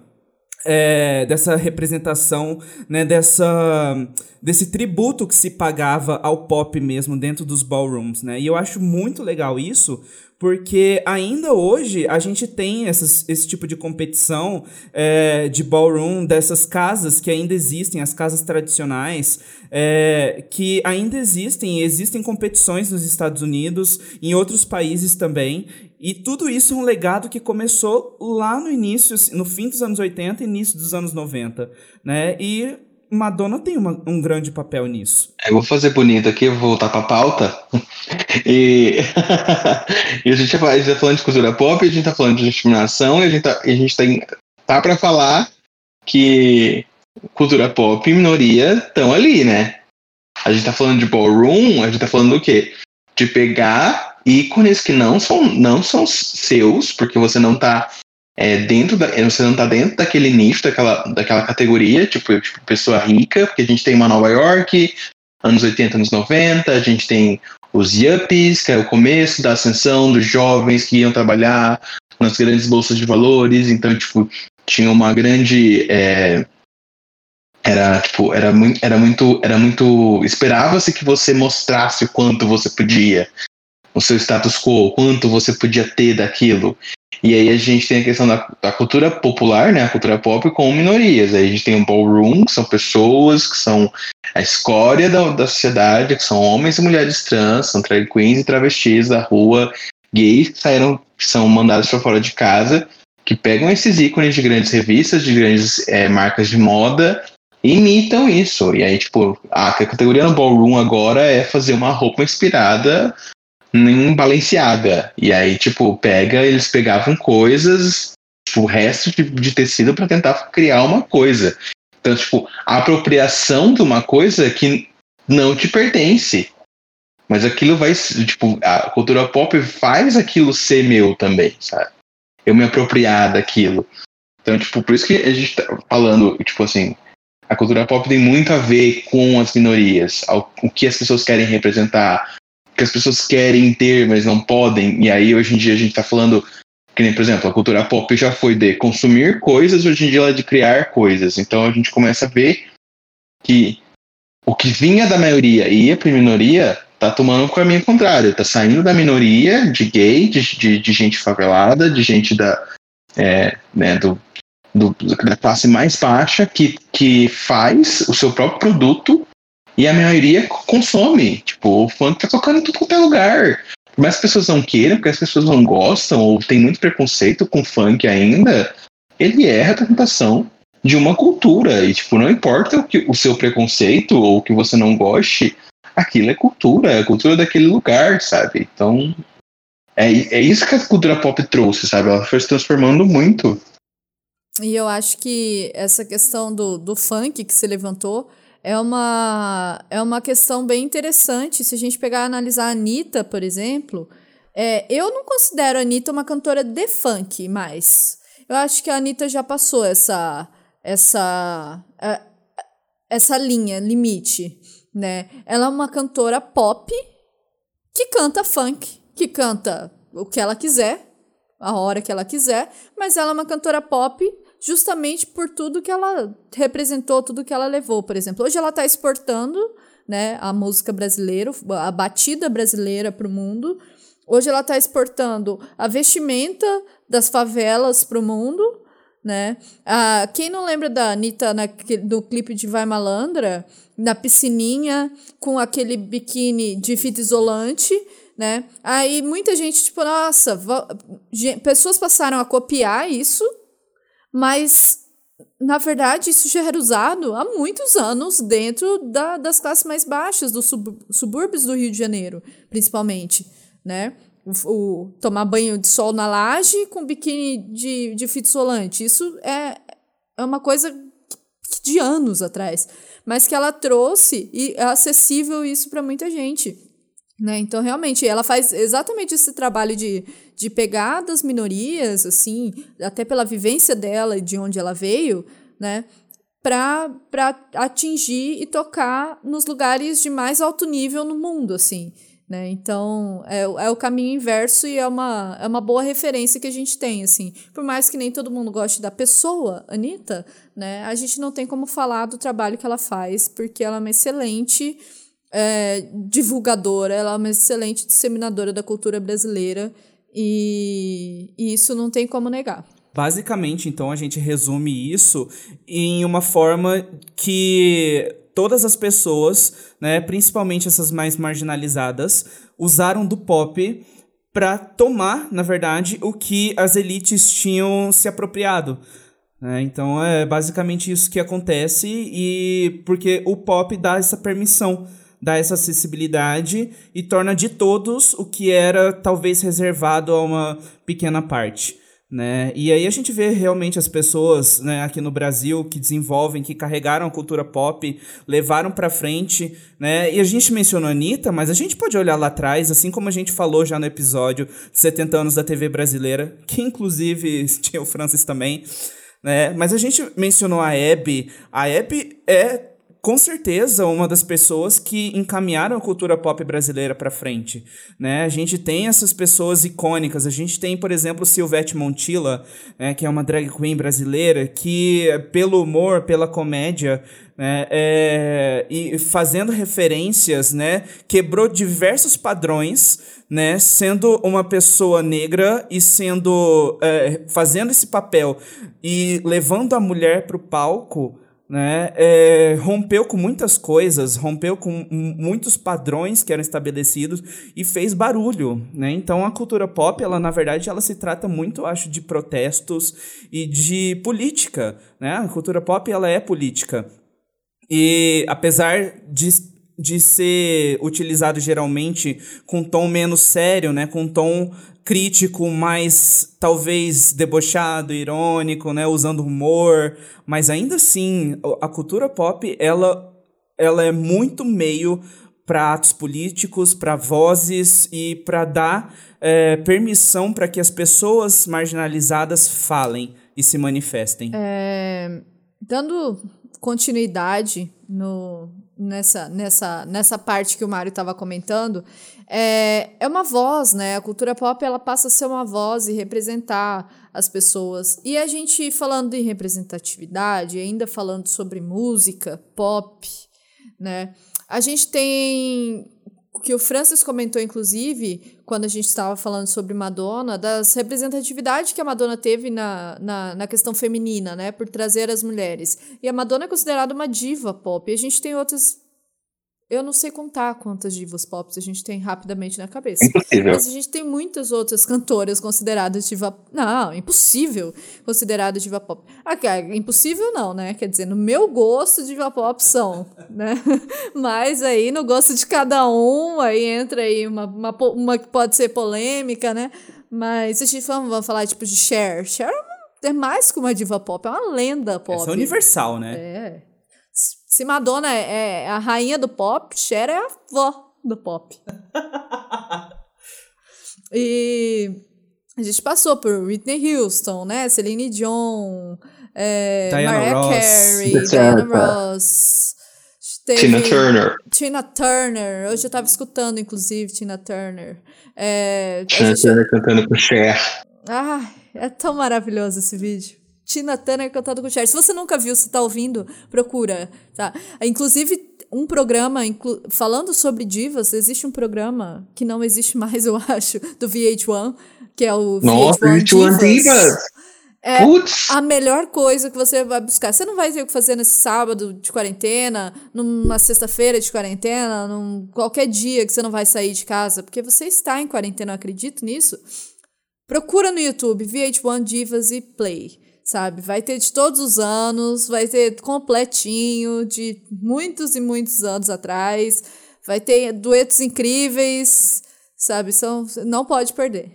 É, dessa representação, né, dessa, desse tributo que se pagava ao pop mesmo dentro dos ballrooms, né, e eu acho muito legal isso, porque ainda hoje a gente tem essas, esse tipo de competição é, de ballroom, dessas casas que ainda existem, as casas tradicionais, é, que ainda existem, existem competições nos Estados Unidos, em outros países também, e tudo isso é um legado que começou lá no início, no fim dos anos oitenta e início dos anos noventa, né? E Madonna tem uma, um grande papel nisso. Eu vou fazer bonito aqui, vou voltar pra pauta. E, e a gente tá falando de cultura pop, a gente tá falando de discriminação, e a gente tá, e a gente tem, tá pra falar que cultura pop e minoria estão ali, né? A gente tá falando de ballroom, a gente tá falando do quê? De pegar ícones que não são, não são seus, porque você não tá é, dentro da, você não tá dentro daquele nicho, daquela, daquela categoria, tipo, tipo pessoa rica, porque a gente tem uma Nova York, anos oitenta, anos noventa, a gente tem os yuppies, que é o começo da ascensão dos jovens que iam trabalhar nas grandes bolsas de valores, então, tipo, tinha uma grande é, Era, tipo, era muito, era muito, era muito, esperava-se que você mostrasse o quanto você podia, o seu status quo, o quanto você podia ter daquilo. E aí a gente tem a questão da, da cultura popular, né, a cultura pop com minorias. Aí a gente tem o ballroom, que são pessoas que são a escória da, da sociedade, que são homens e mulheres trans, são drag queens e travestis da rua, gays que saíram, que são mandados para fora de casa, que pegam esses ícones de grandes revistas, de grandes é, marcas de moda, e imitam isso. E aí, tipo, a categoria no ballroom agora é fazer uma roupa inspirada em Balenciaga. E aí, tipo, pega, eles pegavam coisas, tipo, resto de, de tecido para tentar criar uma coisa. Então, tipo, a apropriação de uma coisa que não te pertence. Mas aquilo vai, tipo, a cultura pop faz aquilo ser meu também, sabe? Eu me apropriar daquilo. Então, tipo, por isso que a gente tá falando, tipo assim, a cultura pop tem muito a ver com as minorias, o que as pessoas querem representar, o que as pessoas querem ter, mas não podem. E aí, hoje em dia, a gente tá falando, que nem, por exemplo, a cultura pop já foi de consumir coisas, hoje em dia ela é de criar coisas. Então, a gente começa a ver que o que vinha da maioria e ia pra minoria tá tomando um caminho contrário, tá saindo da minoria de gay, de, de, de gente favelada, de gente da, é, né, do, do, da classe mais baixa que, que faz o seu próprio produto e a maioria consome. Tipo, o funk tá tocando em tudo quanto é lugar. Por mais que as pessoas não queiram, porque as pessoas não gostam ou tem muito preconceito com funk ainda, ele é a representação de uma cultura. E, tipo, não importa o, que, o seu preconceito ou o que você não goste, aquilo é cultura, é a cultura daquele lugar, sabe? Então, é, é isso que a cultura pop trouxe, sabe? Ela foi se transformando muito. E eu acho que essa questão do, do funk que você levantou é uma, é uma questão bem interessante. Se a gente pegar e analisar a Anitta, por exemplo, é, eu não considero a Anitta uma cantora de funk mais. Eu acho que a Anitta já passou essa, essa, essa linha, limite, né? Ela é uma cantora pop que canta funk, que canta o que ela quiser, a hora que ela quiser, mas ela é uma cantora pop justamente por tudo que ela representou, tudo que ela levou. Por exemplo, hoje ela está exportando, né, a música brasileira, a batida brasileira para o mundo. Hoje ela está exportando a vestimenta das favelas para o mundo, né? Ah, quem não lembra da Anitta na, do clipe de Vai Malandra, na piscininha, com aquele biquíni de fita isolante, né? Aí muita gente, tipo, nossa, pessoas passaram a copiar isso, mas, na verdade, isso já era usado há muitos anos dentro da, das classes mais baixas, dos sub, subúrbios do Rio de Janeiro, principalmente, né? O, o tomar banho de sol na laje com biquíni de, de fita isolante. Isso é, é uma coisa de anos atrás, mas que ela trouxe e é acessível isso para muita gente, né? Então, realmente, ela faz exatamente esse trabalho de, de pegar das minorias, assim, até pela vivência dela e de onde ela veio, né? Para atingir e tocar nos lugares de mais alto nível no mundo, assim, né? Então, é, é o caminho inverso e é uma, é uma boa referência que a gente tem, assim. Por mais que nem todo mundo goste da pessoa, Anitta, né? A gente não tem como falar do trabalho que ela faz, porque ela é uma excelente é, divulgadora, ela é uma excelente disseminadora da cultura brasileira e, e isso não tem como negar. Basicamente, então, a gente resume isso em uma forma que todas as pessoas, né, principalmente essas mais marginalizadas, usaram do pop para tomar, na verdade, o que as elites tinham se apropriado. Né? Então, é basicamente isso que acontece, e porque o pop dá essa permissão, dá essa acessibilidade e torna de todos o que era talvez reservado a uma pequena parte. Né? E aí a gente vê realmente as pessoas, né, aqui no Brasil que desenvolvem, que carregaram a cultura pop, levaram pra frente, né? E a gente mencionou a Anitta, mas a gente pode olhar lá atrás, assim como a gente falou já no episódio de setenta anos da T V brasileira, que inclusive tinha o Francis também, né? Mas a gente mencionou a Hebe. A Hebe é com certeza, uma das pessoas que encaminharam a cultura pop brasileira para frente, né? A gente tem essas pessoas icônicas. A gente tem, por exemplo, Silvete Montilla, né, que é uma drag queen brasileira que, pelo humor, pela comédia, né, é, e fazendo referências, né, quebrou diversos padrões, né, sendo uma pessoa negra e sendo é, fazendo esse papel e levando a mulher para o palco. Né, é, rompeu com muitas coisas, rompeu com muitos padrões que eram estabelecidos e fez barulho, né? Então a cultura pop, ela na verdade, ela se trata muito, eu acho, de protestos e de política, né? A cultura pop, ela é política. E apesar de, de ser utilizado geralmente com um tom menos sério, né? Com um tom crítico, mais talvez debochado, irônico, né, usando humor, mas ainda assim a cultura pop ela, ela é muito meio para atos políticos, para vozes e para dar é, permissão para que as pessoas marginalizadas falem e se manifestem. É, dando continuidade no, nessa, nessa, nessa parte que o Mário estava comentando, é, é uma voz, né? A cultura pop ela passa a ser uma voz e representar as pessoas. E a gente falando em representatividade, ainda falando sobre música, pop, né? A gente tem, o que o Francis comentou, inclusive, quando a gente estava falando sobre Madonna, das representatividades que a Madonna teve na, na, na questão feminina, né? Por trazer as mulheres. E a Madonna é considerada uma diva pop. E a gente tem outras... Eu não sei contar quantas divas pop a gente tem rapidamente na cabeça. Impossível. Mas a gente tem muitas outras cantoras consideradas diva... Não, impossível consideradas diva pop. Ah, impossível não, né? Quer dizer, no meu gosto, diva pop são, né? Mas aí, no gosto de cada um, aí entra aí uma, uma, uma que pode ser polêmica, né? Mas se a gente for, vamos falar, tipo, de Cher. Cher é mais que uma diva pop, é uma lenda pop. Essa é universal, né? É. Se Madonna é a rainha do pop, Cher é a avó do pop. E a gente passou por Whitney Houston, né? Celine Dion, é, Diana Mariah Ross. Carey, Diana Ross. Teve Tina Turner. Tina Turner. Hoje eu tava escutando, inclusive, Tina Turner. É, Tina gente... Turner cantando com Cher. Ah, é tão maravilhoso esse vídeo. Tina Turner cantando com Cher. Se você nunca viu, se tá ouvindo, procura, tá? Inclusive, um programa, inclu- falando sobre divas, existe um programa que não existe mais, eu acho, do V H um, que é o Nossa, V H um Divas. Divas. É Putz. a melhor coisa que você vai buscar. Você não vai ter o que fazer nesse sábado de quarentena, numa sexta-feira de quarentena, num qualquer dia que você não vai sair de casa, porque você está em quarentena, eu acredito nisso. Procura no YouTube, V H um Divas e Play. Sabe, vai ter de todos os anos, vai ter completinho, de muitos e muitos anos atrás, vai ter duetos incríveis, sabe, são, não pode perder.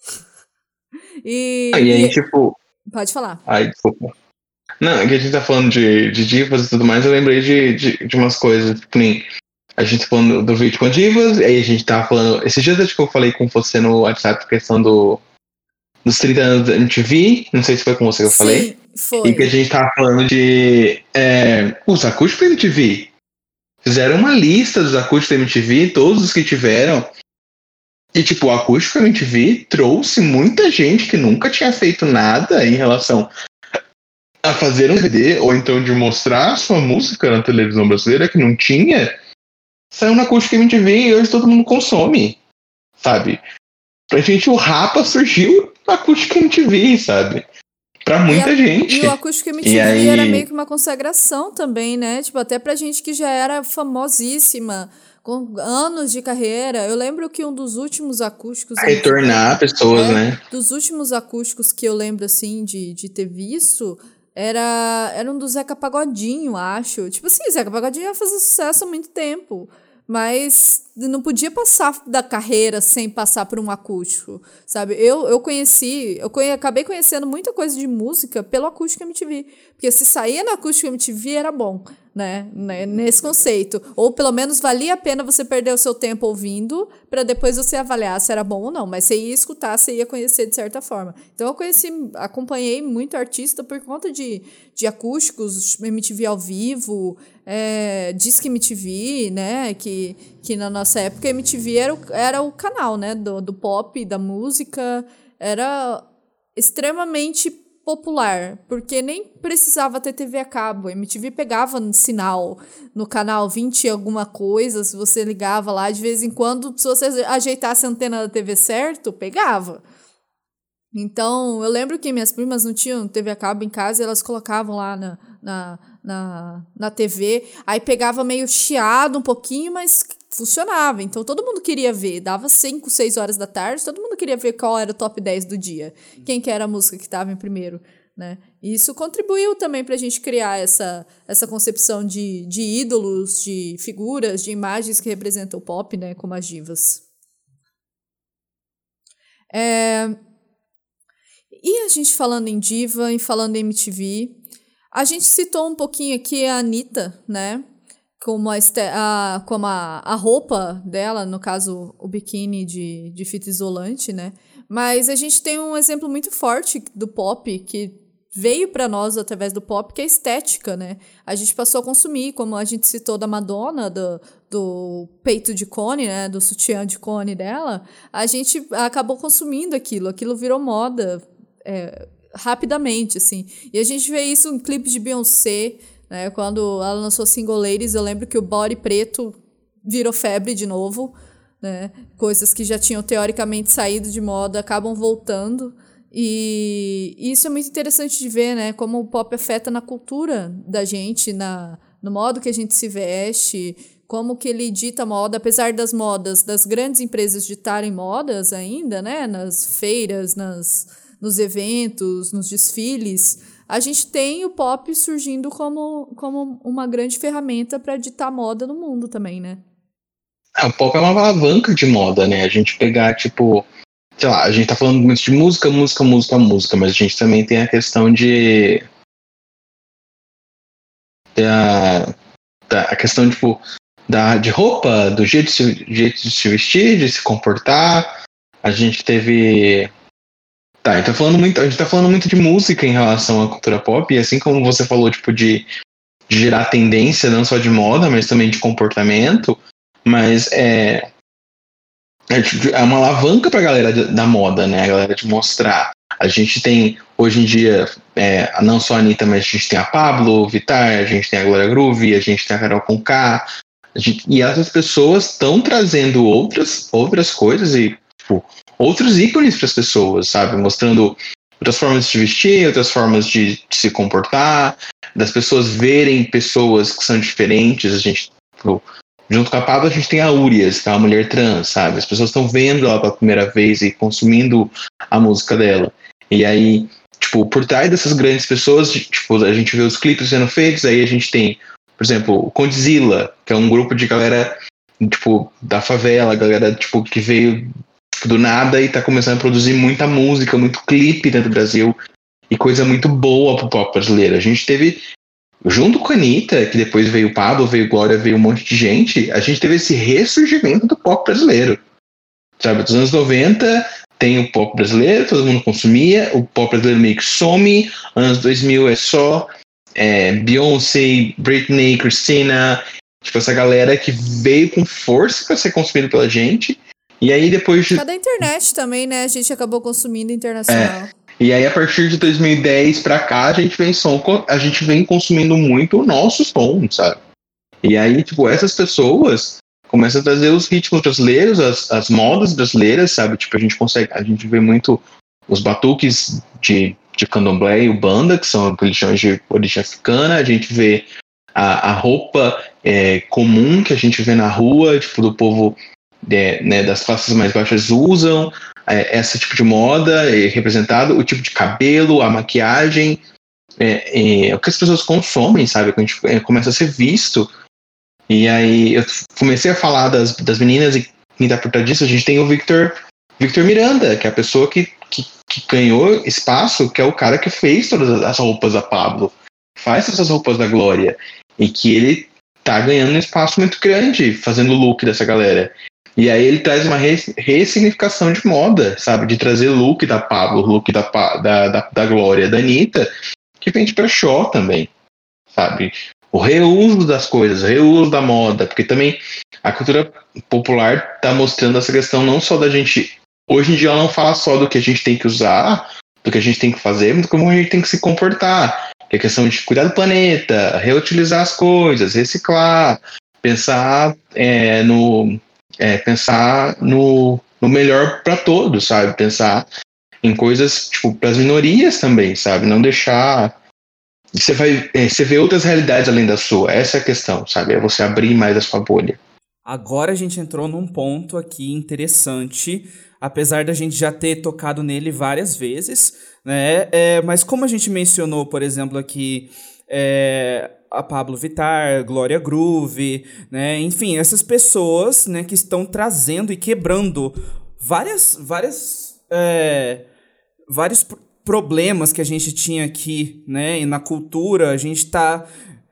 E, e aí, e, tipo... Pode falar. Ai, desculpa. Não, é que a gente tá falando de, de divas e tudo mais, eu lembrei de, de, de umas coisas, tipo, nem... A gente tá falando do vídeo com divas, aí a gente tava falando... Esses dias acho que eu falei com você no WhatsApp, questão do... dos trinta anos da M T V, não sei se foi com você que eu Sim, falei. foi. E que a gente tava falando de é, os acústicos da M T V. Fizeram uma lista dos acústicos da M T V, todos os que tiveram. E tipo, o acústico da M T V trouxe muita gente que nunca tinha feito nada em relação a fazer um C D, ou então de mostrar sua música na televisão brasileira, que não tinha. Saiu na acústica M T V e hoje todo mundo consome, sabe? Pra gente, o Rapa surgiu na acústica M T V, sabe? Pra muita e a, gente. E o acústico M T V aí... era meio que uma consagração também, né? Tipo, até pra gente que já era famosíssima, com anos de carreira. Eu lembro que um dos últimos acústicos... Retornar M T V, pessoas, é, né? Dos últimos acústicos que eu lembro, assim, de, de ter visto... Era, era um do Zeca Pagodinho, acho. Tipo assim, Zeca Pagodinho ia fazer sucesso há muito tempo. Mas não podia passar da carreira sem passar por um acústico, sabe? Eu, eu conheci, eu conhe, acabei conhecendo muita coisa de música pelo acústico M T V. Porque se saía no acústico M T V era bom. né, nesse conceito. Ou pelo menos valia a pena você perder o seu tempo ouvindo para depois você avaliar se era bom ou não. Mas você ia escutar, você ia conhecer de certa forma. Então eu conheci, acompanhei muito artista por conta de, de acústicos, M T V ao vivo, é, Disque M T V, né, que, que na nossa época M T V era o, era o canal, né, do, do pop, da música, era extremamente popular, porque nem precisava ter T V a cabo. A M T V pegava no sinal, no canal vinte e alguma coisa, se você ligava lá, de vez em quando, se você ajeitasse a antena da T V certo, pegava. Então, eu lembro que minhas primas não tinham T V a cabo em casa, e elas colocavam lá na, na, na, na T V, aí pegava meio chiado um pouquinho, mas funcionava. Então, todo mundo queria ver. Dava cinco, seis horas da tarde, todo mundo queria ver qual era o top dez do dia. Quem que era a música que estava em primeiro, né? E isso contribuiu também para a gente criar essa, essa concepção de, de ídolos, de figuras, de imagens que representam o pop, né? Como as divas. É... E a gente falando em diva e falando em M T V, a gente citou um pouquinho aqui a Anitta, né? Como, a, a, como a, a roupa dela, no caso, o biquíni de, de fita isolante, né? Mas a gente tem um exemplo muito forte do pop, que veio para nós através do pop, que é a estética, né? A gente passou a consumir, como a gente citou da Madonna, do, do peito de cone, né? Do sutiã de cone dela, a gente acabou consumindo aquilo, aquilo virou moda é, rapidamente, assim. E a gente vê isso em clipes de Beyoncé, né, quando ela lançou Single Ladies, eu lembro que o body preto virou febre de novo, né, coisas que já tinham teoricamente saído de moda acabam voltando, e isso é muito interessante de ver, né, como o pop afeta na cultura da gente, na, no modo que a gente se veste, como que ele dita moda, apesar das modas, das grandes empresas ditarem modas ainda, né, nas feiras, nas, nos eventos, nos desfiles. A gente tem o pop surgindo como, como uma grande ferramenta para ditar moda no mundo também, né? É, o pop é uma alavanca de moda, né? A gente pegar, tipo, sei lá, a gente tá falando muito de música, música, música, música, mas a gente também tem a questão de... Da, da, a questão, tipo, da, de roupa, do jeito de, se, jeito de se vestir, de se comportar. A gente teve... Tá, a gente tá falando muito, a gente tá falando muito de música em relação à cultura pop, e assim como você falou, tipo, de, de gerar tendência, não só de moda, mas também de comportamento, mas é, é uma alavanca pra galera da moda, né, a galera de mostrar. A gente tem, hoje em dia, é, não só a Anitta, mas a gente tem a Pablo Vittar, a gente tem a Glória Groove, a gente tem a Carol Conká, a gente, e essas pessoas estão trazendo outras, outras coisas e, tipo, outros ícones para as pessoas, sabe? Mostrando outras formas de se vestir, outras formas de, de se comportar, das pessoas verem pessoas que são diferentes. A gente, junto com a Pablo, a gente tem a Urias, que é uma mulher trans, sabe? As pessoas estão vendo ela pela primeira vez e consumindo a música dela. E aí, tipo, por trás dessas grandes pessoas, tipo, a gente vê os clipes sendo feitos, aí a gente tem, por exemplo, o Condzilla, que é um grupo de galera, tipo, da favela, galera, tipo, que veio do nada e tá começando a produzir muita música, muito clipe dentro do Brasil e coisa muito boa pro pop brasileiro. A gente teve, junto com a Anitta, que depois veio o Pablo, veio Glória, veio um monte de gente, a gente teve esse ressurgimento do pop brasileiro. Sabe, dos anos noventa tem o pop brasileiro, todo mundo consumia, o pop brasileiro meio que some, anos dois mil é só é, Beyoncé, Britney, Christina, tipo essa galera que veio com força para ser consumida pela gente. E aí depois de... Cada internet também, né? A gente acabou consumindo internacional. É. E aí a partir de dois mil e dez pra cá, a gente vem, som, a gente vem consumindo muito o nosso som, sabe? E aí, tipo, essas pessoas começam a trazer os ritmos brasileiros, as, as modas brasileiras, sabe? Tipo, a gente consegue, a gente vê muito os batuques de, de candomblé e ubanda, que são religiões de origem africana. A gente vê a, a roupa é, comum que a gente vê na rua, tipo, do povo... De, né, das classes mais baixas usam é, esse tipo de moda é, representado, o tipo de cabelo, a maquiagem, é, é, o que as pessoas consomem, sabe? Quando a gente é, começa a ser visto. E aí eu comecei a falar das, das meninas e quem tá por trás disso, a gente tem o Victor, Victor Miranda, que é a pessoa que, que, que ganhou espaço, que é o cara que fez todas as roupas da Pablo, faz todas as roupas da Glória. E que ele tá ganhando um espaço muito grande fazendo o look dessa galera. E aí ele traz uma res- ressignificação de moda, sabe? De trazer look da Pablo, look da, da, da, da Glória, da Anitta, que vende pra show também, sabe? O reuso das coisas, o reuso da moda, porque também a cultura popular tá mostrando essa questão não só da gente... Hoje em dia ela não fala só do que a gente tem que usar, do que a gente tem que fazer, mas como a gente tem que se comportar. Que é questão de cuidar do planeta, reutilizar as coisas, reciclar, pensar é, no... É, pensar no, no melhor para todos, sabe? Pensar em coisas, tipo, para as minorias também, sabe? Não deixar... Você vai é, você vê outras realidades além da sua. Essa é a questão, sabe? É você abrir mais a sua bolha. Agora a gente entrou num ponto aqui interessante, apesar da gente já ter tocado nele várias vezes, né? É, mas como a gente mencionou, por exemplo, aqui... É, a Pablo Vittar, Glória Groove, né? Enfim, essas pessoas, né, que estão trazendo e quebrando várias, várias, é, vários pr- problemas que a gente tinha aqui, né, e na cultura. A gente está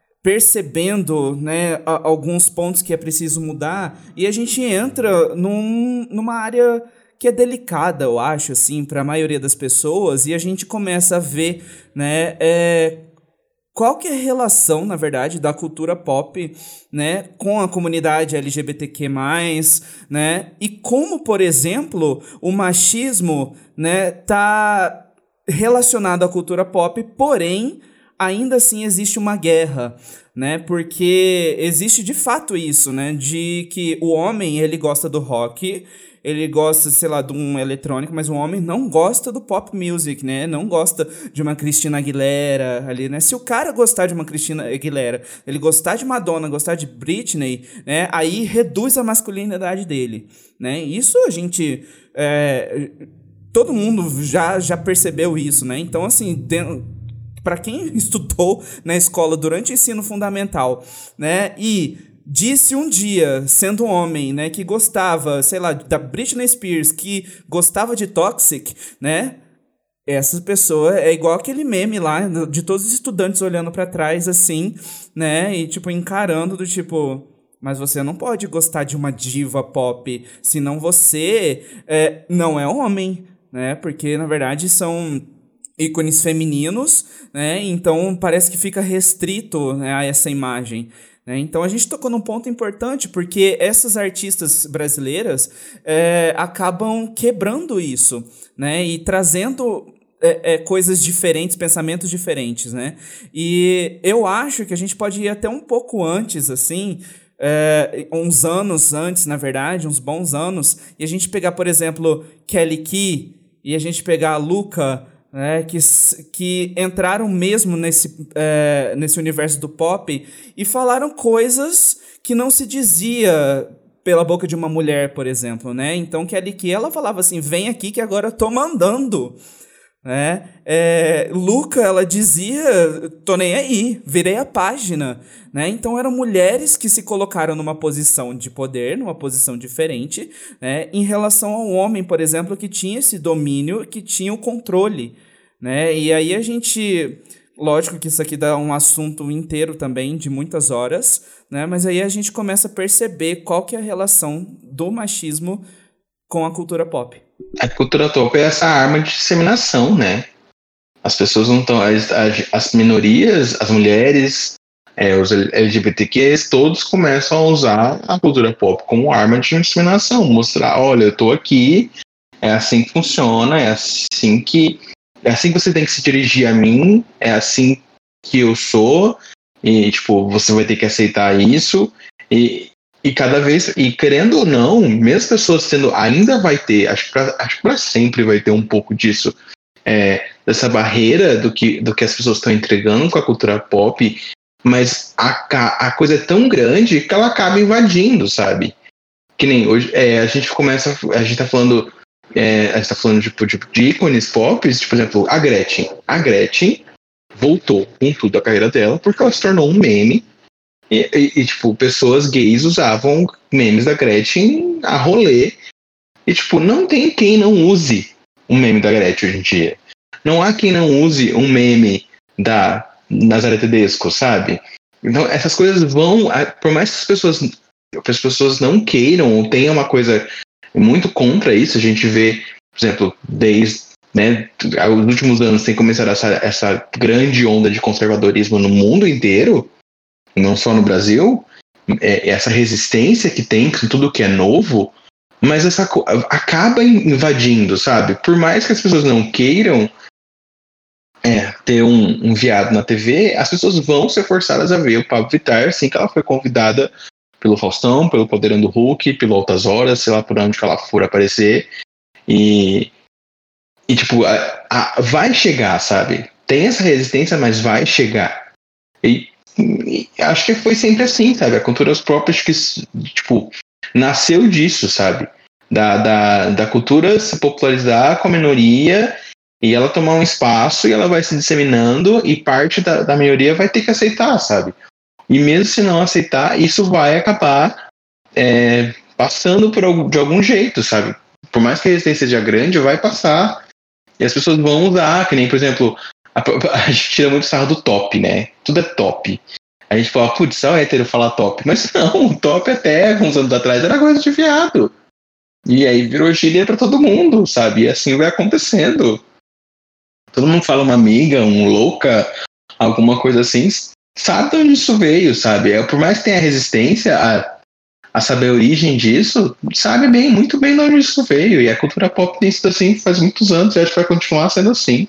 percebendo, né, a, alguns pontos que é preciso mudar, e a gente entra num, numa área que é delicada, eu acho, assim, para a maioria das pessoas, e a gente começa a ver, né, é, qual que é a relação, na verdade, da cultura pop, né, com a comunidade L G B T Q mais, né, e como, por exemplo, o machismo, né, tá relacionado à cultura pop, porém, ainda assim existe uma guerra, né, porque existe de fato isso, né, de que o homem, ele gosta do rock, ele gosta, sei lá, de um eletrônico, mas o homem não gosta do pop music, né? Não gosta de uma Christina Aguilera ali, né? Se o cara gostar de uma Christina Aguilera, ele gostar de Madonna, gostar de Britney, né? Aí reduz a masculinidade dele, né? Isso a gente... É, todo mundo já, já percebeu isso, né? Então, assim... Dentro, para quem estudou na escola durante o ensino fundamental, né? E... disse um dia, sendo um homem, né, que gostava, sei lá, da Britney Spears, que gostava de Toxic, né, essa pessoa é igual aquele meme lá, de todos os estudantes olhando pra trás, assim, né, e, tipo, encarando do tipo... Mas você não pode gostar de uma diva pop, senão você é, não é homem, né, porque, na verdade, são... ícones femininos, né, então parece que fica restrito, né, a essa imagem. Então a gente tocou num ponto importante, porque essas artistas brasileiras é, acabam quebrando isso, né? E trazendo é, é, coisas diferentes, pensamentos diferentes, né? E eu acho que a gente pode ir até um pouco antes, assim, é, uns anos antes, na verdade, uns bons anos, e a gente pegar, por exemplo, Kelly Key, e a gente pegar a Luca... É, que, que entraram mesmo nesse, é, nesse universo do pop e falaram coisas que não se dizia pela boca de uma mulher, por exemplo, né? Então, Kelly Key, ela falava assim, vem aqui que agora eu tô mandando, né? É, Luca, ela dizia, tô nem aí, virei a página, né? Então eram mulheres que se colocaram numa posição de poder, numa posição diferente, né? Em relação ao homem, por exemplo, que tinha esse domínio, que tinha o controle, né? E aí a gente, lógico que isso aqui dá um assunto inteiro também, de muitas horas, né? Mas aí a gente começa a perceber qual que é a relação do machismo com a cultura pop. A cultura pop é essa arma de disseminação, né? As pessoas não estão... As, as minorias, as mulheres, é, os L G B T Q s, todos começam a usar a cultura pop como arma de disseminação. Mostrar, olha, eu tô aqui, é assim que funciona, é assim que... É assim que você tem que se dirigir a mim, é assim que eu sou, e, tipo, você vai ter que aceitar isso, e... E cada vez, e querendo ou não, mesmo as pessoas tendo, ainda vai ter, acho que pra, acho que pra sempre vai ter um pouco disso, é, dessa barreira do que, do que as pessoas estão entregando com a cultura pop, mas a, a coisa é tão grande que ela acaba invadindo, sabe? Que nem hoje, é, a gente começa, a gente tá falando, é, a gente tá falando tipo, de, de ícones pop, tipo, por exemplo, a Gretchen. A Gretchen voltou com tudo a carreira dela porque ela se tornou um meme. E, e, e, tipo, pessoas gays usavam memes da Gretchen a rolê. E, tipo, não tem quem não use um meme da Gretchen hoje em dia. Não há quem não use um meme da Nazaré Tedesco, sabe? Então, essas coisas vão, por mais que as pessoas, as pessoas não queiram ou tenham uma coisa muito contra isso, a gente vê, por exemplo, desde, né, os últimos anos tem começado essa, essa grande onda de conservadorismo no mundo inteiro, não só no Brasil, é, essa resistência que tem com tudo que é novo, mas essa acaba invadindo, sabe? Por mais que as pessoas não queiram é, ter um, um viado na T V, as pessoas vão ser forçadas a ver o Pablo Vittar, assim que ela foi convidada pelo Faustão, pelo Poderando Hulk, pelo Altas Horas, sei lá por onde que ela for aparecer. E, e tipo, a, a, vai chegar, sabe? Tem essa resistência, mas vai chegar. E, e acho que foi sempre assim, sabe? A cultura pop, acho que, tipo, nasceu disso, sabe? Da, da, da cultura se popularizar com a minoria e ela tomar um espaço e ela vai se disseminando e parte da, da maioria vai ter que aceitar, sabe? E mesmo se não aceitar, isso vai acabar é, passando por, de algum jeito, sabe? Por mais que a resistência seja grande, vai passar. E as pessoas vão usar, que nem, por exemplo, a, a gente tira muito sarro do top, né? Tudo é top. A gente fala, putz, só hétero falar top. Mas não, o top até uns anos atrás era coisa de viado. E aí virou gíria pra todo mundo, sabe? E assim vai acontecendo. Todo mundo fala uma amiga, um louca, alguma coisa assim, sabe de onde isso veio, sabe? É, por mais que tenha resistência a, a saber a origem disso, sabe bem, muito bem de onde isso veio. E a cultura pop tem sido assim faz muitos anos e acho que vai continuar sendo assim.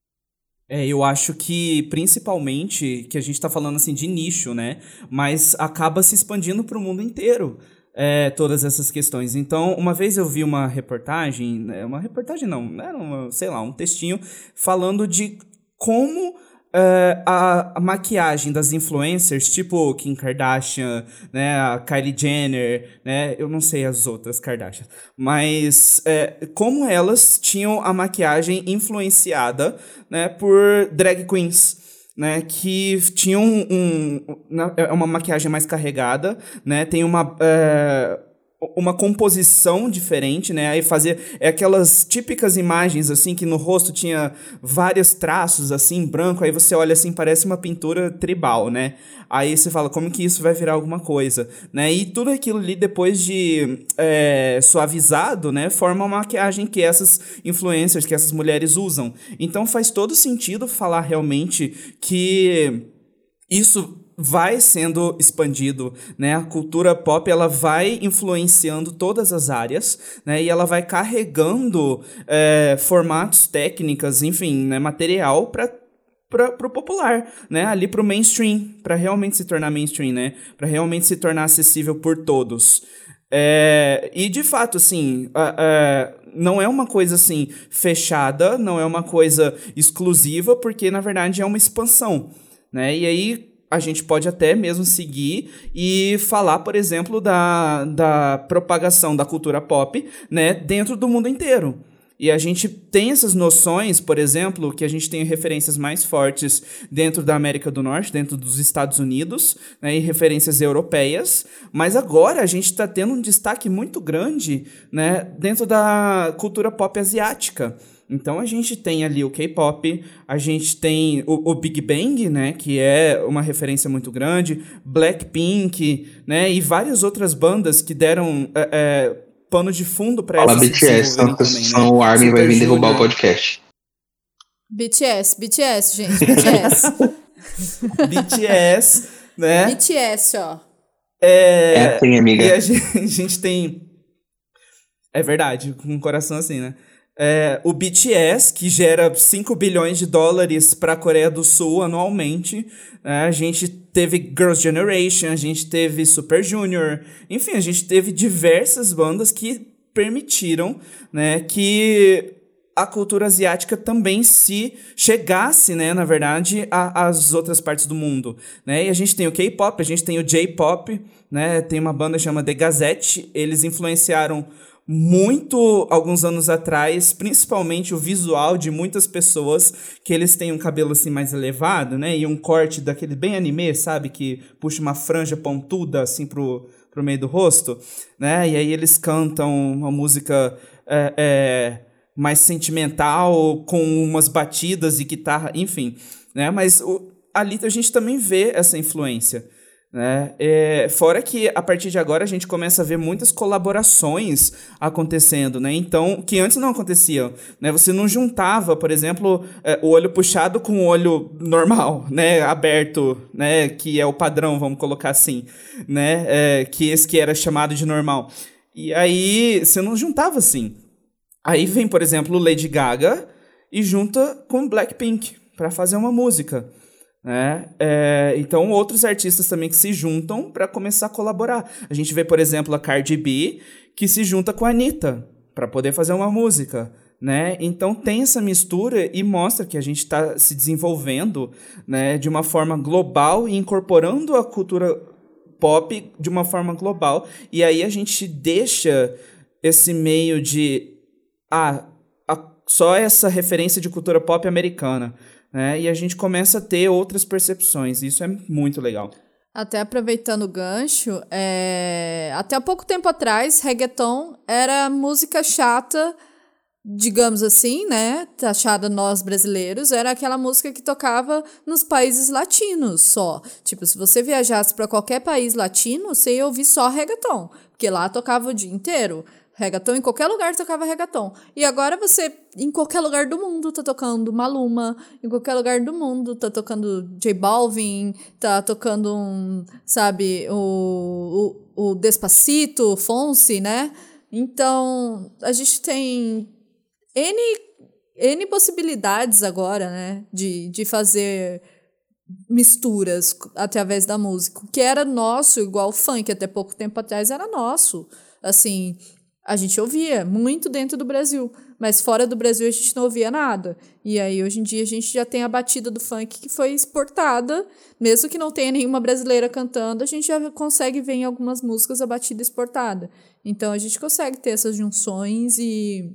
É, eu acho que, principalmente, que a gente tá falando, assim, de nicho, né? Mas acaba se expandindo pro mundo inteiro, é, todas essas questões. Então, uma vez eu vi uma reportagem, né, uma reportagem não, era uma, sei lá, um textinho falando de como é, a, a maquiagem das influencers, tipo Kim Kardashian, né, a Kylie Jenner, né, eu não sei as outras Kardashian, mas é, como elas tinham a maquiagem influenciada, né, por drag queens, né, que tinham um, um, uma maquiagem mais carregada, né, tem uma, é, uma composição diferente, né, aí fazer é aquelas típicas imagens, assim, que no rosto tinha vários traços, assim, branco, aí você olha, assim, parece uma pintura tribal, né, aí você fala, como que isso vai virar alguma coisa, né, e tudo aquilo ali, depois de é, suavizado, né, forma uma maquiagem que essas influencers, que essas mulheres usam. Então faz todo sentido falar realmente que isso vai sendo expandido, né, a cultura pop, ela vai influenciando todas as áreas, né, e ela vai carregando é, formatos, técnicas, enfim, né, material para para o popular, né, ali para o mainstream, para realmente se tornar mainstream, né, para realmente se tornar acessível por todos. É, e de fato, assim, a, a, não é uma coisa assim fechada, não é uma coisa exclusiva, porque na verdade é uma expansão, né, e aí a gente pode até mesmo seguir e falar, por exemplo, da, da propagação da cultura pop, né, dentro do mundo inteiro. E a gente tem essas noções, por exemplo, que a gente tem referências mais fortes dentro da América do Norte, dentro dos Estados Unidos, né, e referências europeias, mas agora a gente está tendo um destaque muito grande, né, dentro da cultura pop asiática. Então a gente tem ali o K-pop, a gente tem o, o Big Bang, né, que é uma referência muito grande, Blackpink, né, e várias outras bandas que deram é, é, pano de fundo para essas B T S, senão né? O Armin vai vir derrubar o podcast. B T S, B T S, gente, B T S. B T S, né? B T S, ó. É, é assim, amiga. E a gente, a gente tem... É verdade, com um coração assim, né? É, o B T S, que gera cinco bilhões de dólares para a Coreia do Sul anualmente. É, a gente teve Girls' Generation, a gente teve Super Junior. Enfim, a gente teve diversas bandas que permitiram, né, que a cultura asiática também se chegasse, né, na verdade, às outras partes do mundo. Né? E a gente tem o K-pop, a gente tem o J-pop, né? Tem uma banda chamada The Gazette, eles influenciaram muito, alguns anos atrás, principalmente o visual de muitas pessoas, que eles têm um cabelo assim mais elevado, né, e um corte daquele bem anime, sabe, que puxa uma franja pontuda assim pro, pro meio do rosto, né, e aí eles cantam uma música é, é, mais sentimental, com umas batidas e guitarra, enfim, né, mas o ali a gente também vê essa influência, né? É, fora que a partir de agora a gente começa a ver muitas colaborações acontecendo, né? Então, que antes não aconteciam, né? Você não juntava, por exemplo, é, o olho puxado com o olho normal, né? Aberto, né? Que é o padrão, vamos colocar assim, né? É, que esse que era chamado de normal. E aí você não juntava assim. Aí vem, por exemplo, Lady Gaga e junta com Blackpink para fazer uma música. Né? É, então, outros artistas também que se juntam para começar a colaborar. A gente vê, por exemplo, a Cardi B, que se junta com a Anitta para poder fazer uma música. Né? Então, tem essa mistura e mostra que a gente está se desenvolvendo, né, de uma forma global e incorporando a cultura pop de uma forma global. E aí a gente deixa esse meio de ah, a, só essa referência de cultura pop americana. Né? E a gente começa a ter outras percepções. Isso é muito legal. Até aproveitando o gancho, é... até há pouco tempo atrás, reggaeton era música chata, digamos assim, né? Taxada nós brasileiros, era aquela música que tocava nos países latinos só. Tipo, se você viajasse para qualquer país latino, você ia ouvir só reggaeton, porque lá tocava o dia inteiro. Reggaeton, em qualquer lugar tocava reggaeton. E agora você, em qualquer lugar do mundo, tá tocando Maluma. Em qualquer lugar do mundo tá tocando J Balvin. Tá tocando, um, sabe, o, o, o Despacito, Fonse, né? Então, a gente tem N, N possibilidades agora, né? De, de fazer misturas através da música. O que era nosso, igual o funk, até pouco tempo atrás era nosso. Assim... A gente ouvia muito dentro do Brasil, mas fora do Brasil a gente não ouvia nada. E aí, hoje em dia, a gente já tem a batida do funk que foi exportada. Mesmo que não tenha nenhuma brasileira cantando, a gente já consegue ver em algumas músicas a batida exportada. Então, a gente consegue ter essas junções e,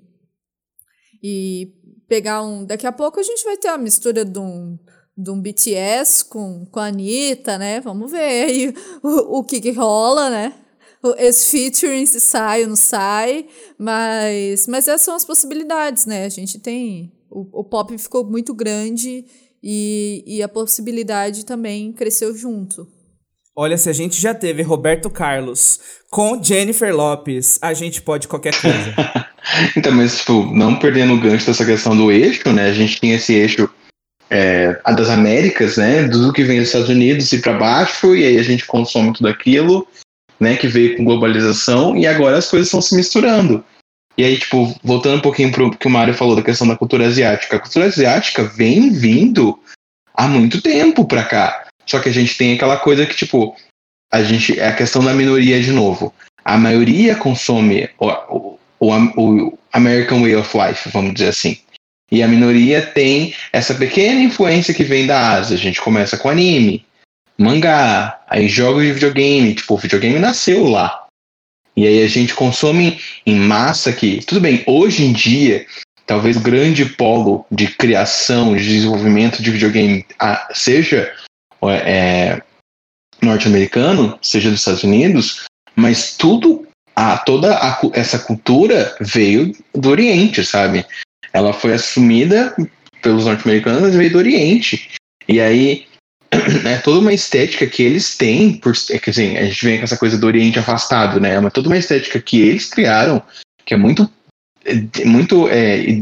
e pegar um... Daqui a pouco a gente vai ter a mistura de um, de um B T S com, com a Anitta, né? Vamos ver aí o, o que, que rola, né? Esse featuring se sai ou não sai, mas, mas essas são as possibilidades, né? A gente tem... O, o pop ficou muito grande e, e a possibilidade também cresceu junto. Olha, se a gente já teve Roberto Carlos com Jennifer Lopez, a gente pode qualquer coisa. Então, mas, tipo, não perdendo o gancho dessa questão do eixo, né? A gente tinha esse eixo é, das Américas, né? Tudo que vem dos Estados Unidos e para baixo, e aí a gente consome tudo aquilo... Né, que veio com globalização, e agora as coisas estão se misturando. E aí, tipo, voltando um pouquinho pro que o Mário falou da questão da cultura asiática. A cultura asiática vem vindo há muito tempo pra cá. Só que a gente tem aquela coisa que, tipo, a gente, é a questão da minoria de novo. A maioria consome o, o, o, o American Way of Life, vamos dizer assim. E a minoria tem essa pequena influência que vem da Ásia. A gente começa com anime, mangá, aí jogos de videogame, tipo, o videogame nasceu lá. E aí a gente consome em massa aqui. Tudo bem, hoje em dia, talvez o grande polo de criação, de desenvolvimento de videogame seja é, norte-americano, seja dos Estados Unidos, mas tudo, a, toda a, essa cultura veio do Oriente, sabe? Ela foi assumida pelos norte-americanos, mas veio do Oriente. E aí... É toda uma estética que eles têm, por, é que assim, a gente vem com essa coisa do Oriente afastado, né? Mas toda uma estética que eles criaram, que é muito, muito é,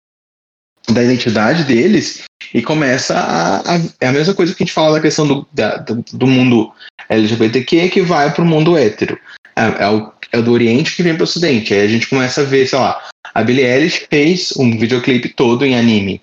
da identidade deles, e começa a, a. É a mesma coisa que a gente fala da questão do, da, do mundo L G B T Q que vai pro mundo hétero. É, é, o, é o do Oriente que vem pro Ocidente. Aí a gente começa a ver, sei lá, a Billie Eilish fez um videoclipe todo em anime.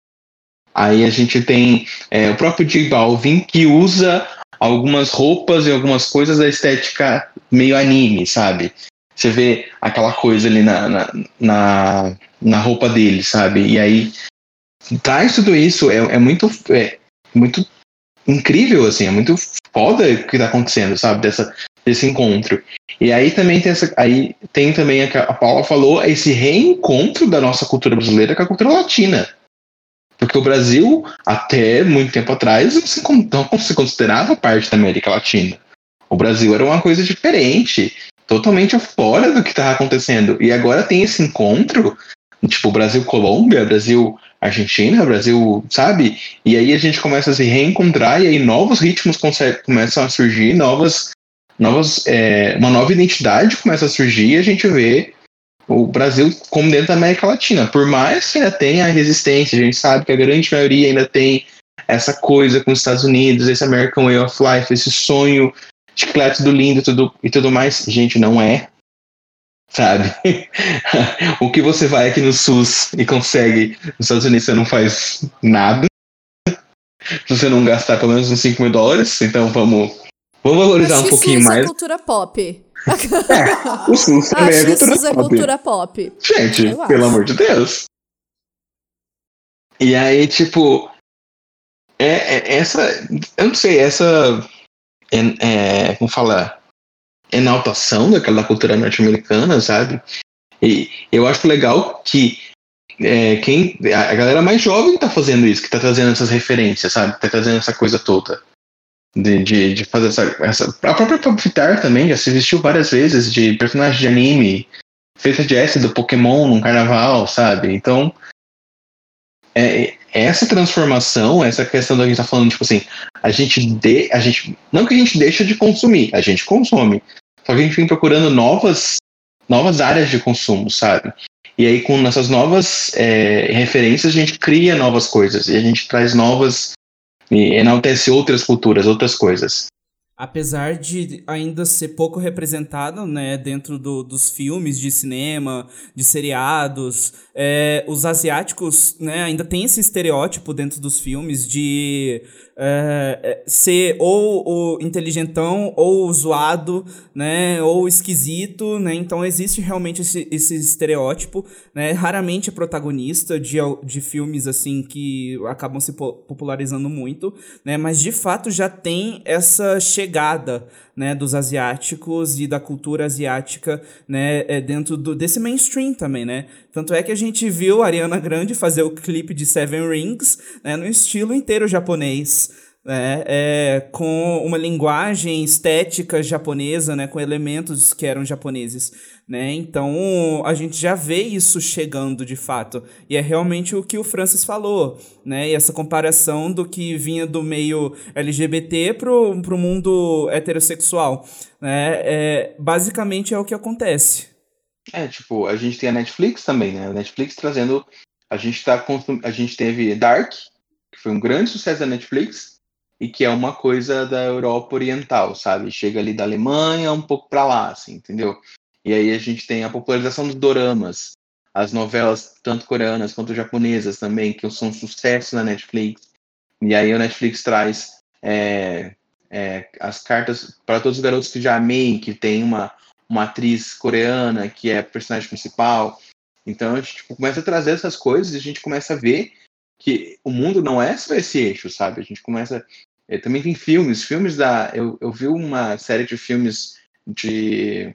Aí a gente tem é, o próprio J Balvin, que usa algumas roupas e algumas coisas da estética meio anime, sabe? Você vê aquela coisa ali na, na, na, na roupa dele, sabe? E aí traz tudo isso, é, é, muito, é muito incrível, assim, é muito foda o que tá acontecendo, sabe? Dessa, desse encontro. E aí também tem, essa, aí tem também, a, a Paula falou, esse reencontro da nossa cultura brasileira com a cultura latina. Porque o Brasil, até muito tempo atrás, não se, não se considerava parte da América Latina. O Brasil era uma coisa diferente, totalmente fora do que estava acontecendo. E agora tem esse encontro, tipo Brasil-Colômbia, Brasil, Argentina, Brasil, sabe? E aí a gente começa a se reencontrar e aí novos ritmos começam a surgir, novas, novas, é, uma nova identidade começa a surgir e a gente vê o Brasil como dentro da América Latina. Por mais que ainda tenha a resistência, a gente sabe que a grande maioria ainda tem essa coisa com os Estados Unidos, esse American Way of Life, esse sonho chiclete do lindo e tudo, e tudo mais. Gente, não é. Sabe? O que você vai aqui no SUS e consegue nos Estados Unidos, você não faz nada. Se você não gastar pelo menos uns cinco mil dólares, então vamos, vamos valorizar um pouquinho mais. É cultura pop. É, o SUS também é cultura pop. é cultura pop. Gente, pelo amor de Deus. E aí, tipo, é, é essa, eu não sei, essa, é, é, como falar, enaltação daquela cultura norte-americana, sabe? E eu acho legal que é, quem, a galera mais jovem tá fazendo isso, que tá trazendo essas referências, sabe? Tá trazendo essa coisa toda. De, de, de fazer essa, essa. A própria Pop Fitar também já se vestiu várias vezes de personagem de anime, fez a Jessie do Pokémon num carnaval, sabe? Então, é, essa transformação, essa questão da gente tá falando, tipo assim, a gente, de, a gente. Não que a gente deixa de consumir, a gente consome. Só que a gente vem procurando novas, novas áreas de consumo, sabe? E aí, com essas novas é, referências, a gente cria novas coisas. E a gente traz novas. E enaltece outras culturas, outras coisas. Apesar de ainda ser pouco representado, né, dentro do, dos filmes de cinema, de seriados, é, os asiáticos, né, ainda tem esse estereótipo dentro dos filmes de é, ser ou o inteligentão, ou o zoado, né, ou esquisito, né, então existe realmente esse, esse estereótipo, né, raramente é protagonista de, de filmes assim que acabam se popularizando muito, né, mas de fato já tem essa chegada, né, dos asiáticos e da cultura asiática, né, é, dentro do, desse mainstream também, né? Tanto é que a gente viu a Ariana Grande fazer o clipe de Seven Rings, né, no estilo inteiro japonês, né, é, com uma linguagem estética japonesa, né, com elementos que eram japoneses, né? Então a gente já vê isso chegando de fato, e é realmente o que o Francis falou, né? E essa comparação do que vinha do meio L G B T pro, pro mundo heterossexual, né? É, basicamente é o que acontece. É, tipo, a gente tem a Netflix também, né? A Netflix trazendo, a gente tá consum... a gente teve Dark, que foi um grande sucesso da Netflix, e que é uma coisa da Europa Oriental, sabe? Chega ali da Alemanha um pouco pra lá, assim, entendeu? E aí a gente tem a popularização dos doramas, as novelas tanto coreanas quanto japonesas também, que são sucesso na Netflix. E aí a Netflix traz é, é, as cartas para todos os garotos que já amei, que tem uma, uma atriz coreana que é a personagem principal. Então a gente tipo, começa a trazer essas coisas e a gente começa a ver que o mundo não é só esse eixo, sabe? A gente começa... É, também tem filmes, filmes da... Eu, eu vi uma série de filmes de...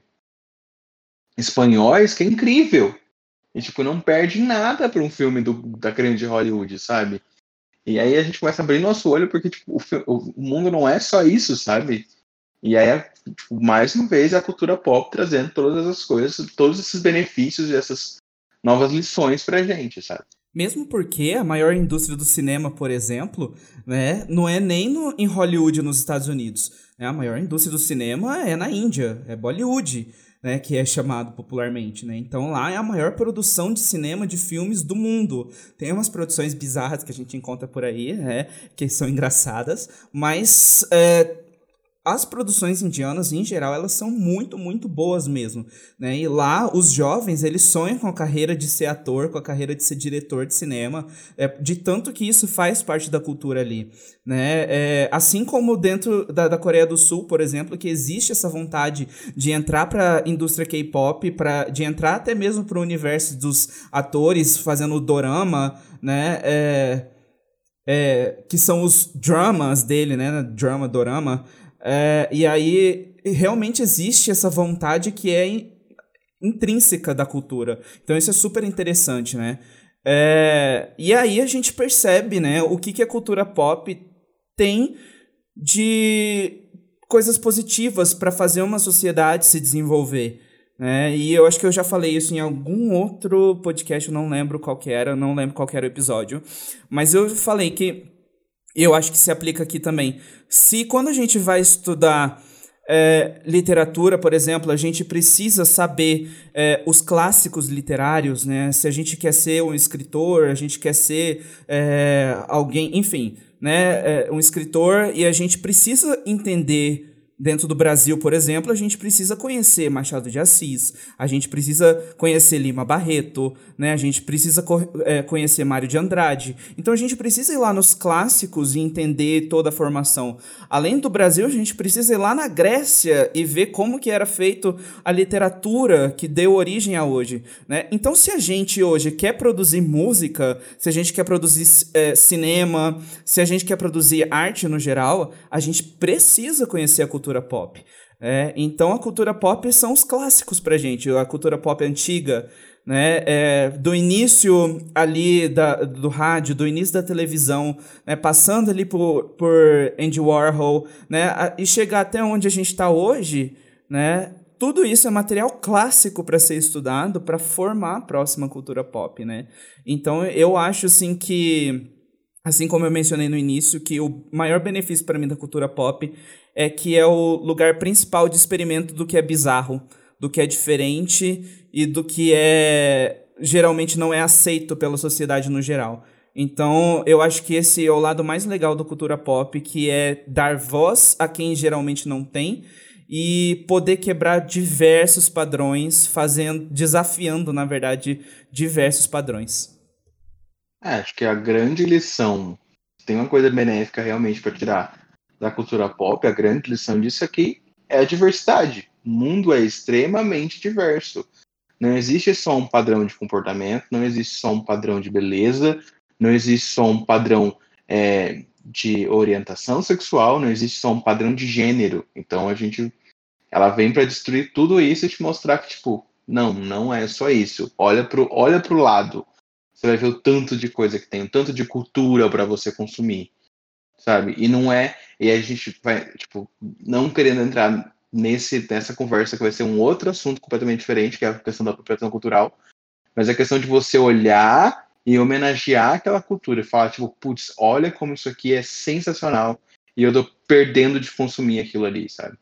espanhóis que é incrível. E, tipo, não perde nada para um filme do, da grande Hollywood, sabe? E aí a gente começa a abrir nosso olho porque, tipo, o, o mundo não é só isso, sabe? E aí, tipo, mais uma vez, a cultura pop trazendo todas as coisas, todos esses benefícios e essas novas lições pra gente, sabe? Mesmo porque a maior indústria do cinema, por exemplo, né, não é nem no, em Hollywood, nos Estados Unidos. Né? A maior indústria do cinema é na Índia, é Bollywood, né, que é chamado popularmente. Né? Então lá é a maior produção de cinema de filmes do mundo. Tem umas produções bizarras que a gente encontra por aí, né, que são engraçadas, mas... É, as produções indianas, em geral, elas são muito, muito boas mesmo, né? E lá, os jovens, eles sonham com a carreira de ser ator, com a carreira de ser diretor de cinema, é, de tanto que isso faz parte da cultura ali, né? É, assim como dentro da, da Coreia do Sul, por exemplo, que existe essa vontade de entrar para a indústria K-pop, pra, de entrar até mesmo para o universo dos atores fazendo dorama, né? É, é, que são os dramas dele, né? Drama, dorama. É, e aí realmente existe essa vontade que é in, intrínseca da cultura. Então isso é super interessante, né? É, e aí a gente percebe, né, o que, que a cultura pop tem de coisas positivas para fazer uma sociedade se desenvolver. né? E eu acho que eu já falei isso em algum outro podcast, eu não lembro qual que era, não lembro qual que era o episódio, mas eu falei que eu acho que se aplica aqui também. Se quando a gente vai estudar é, literatura, por exemplo, a gente precisa saber é, os clássicos literários, né? Se a gente quer ser um escritor, a gente quer ser é, alguém, enfim, né? É, um escritor, e a gente precisa entender. Dentro do Brasil, por exemplo, a gente precisa conhecer Machado de Assis, a gente precisa conhecer Lima Barreto, né? A gente precisa co- é, conhecer Mário de Andrade. Então a gente precisa ir lá nos clássicos e entender toda a formação. Além do Brasil, a gente precisa ir lá na Grécia e ver como que era feito a literatura que deu origem a hoje, né? Então se a gente hoje quer produzir música, se a gente quer produzir é, cinema, se a gente quer produzir arte no geral, a gente precisa conhecer a cultura pop. É, então a cultura pop são os clássicos pra gente, a cultura pop antiga, né, é, do início ali da, do rádio, do início da televisão, né, passando ali por, por Andy Warhol, né, a, e chegar até onde a gente está hoje, né, tudo isso é material clássico para ser estudado, para formar a próxima cultura pop, né. Então eu acho assim que, assim como eu mencionei no início, que o maior benefício para mim da cultura pop é que é o lugar principal de experimento do que é bizarro, do que é diferente e do que é geralmente não é aceito pela sociedade no geral. Então, eu acho que esse é o lado mais legal da cultura pop, que é dar voz a quem geralmente não tem e poder quebrar diversos padrões, fazendo, desafiando, na verdade, diversos padrões. É, acho que a grande lição, tem uma coisa benéfica realmente para tirar da cultura pop, a grande lição disso aqui é a diversidade. O mundo é extremamente diverso. Não existe só um padrão de comportamento, não existe só um padrão de beleza, não existe só um padrão é, de orientação sexual, não existe só um padrão de gênero. Então a gente, ela vem para destruir tudo isso e te mostrar que, tipo, não, não é só isso. Olha pro, olha pro lado. Você vai ver o tanto de coisa que tem, o tanto de cultura para você consumir, sabe? E não é... E a gente vai, tipo, não querendo entrar nesse, nessa conversa que vai ser um outro assunto completamente diferente, que é a questão da apropriação cultural, mas a questão de você olhar e homenagear aquela cultura e falar, tipo, putz, olha como isso aqui é sensacional e eu tô perdendo de consumir aquilo ali, sabe?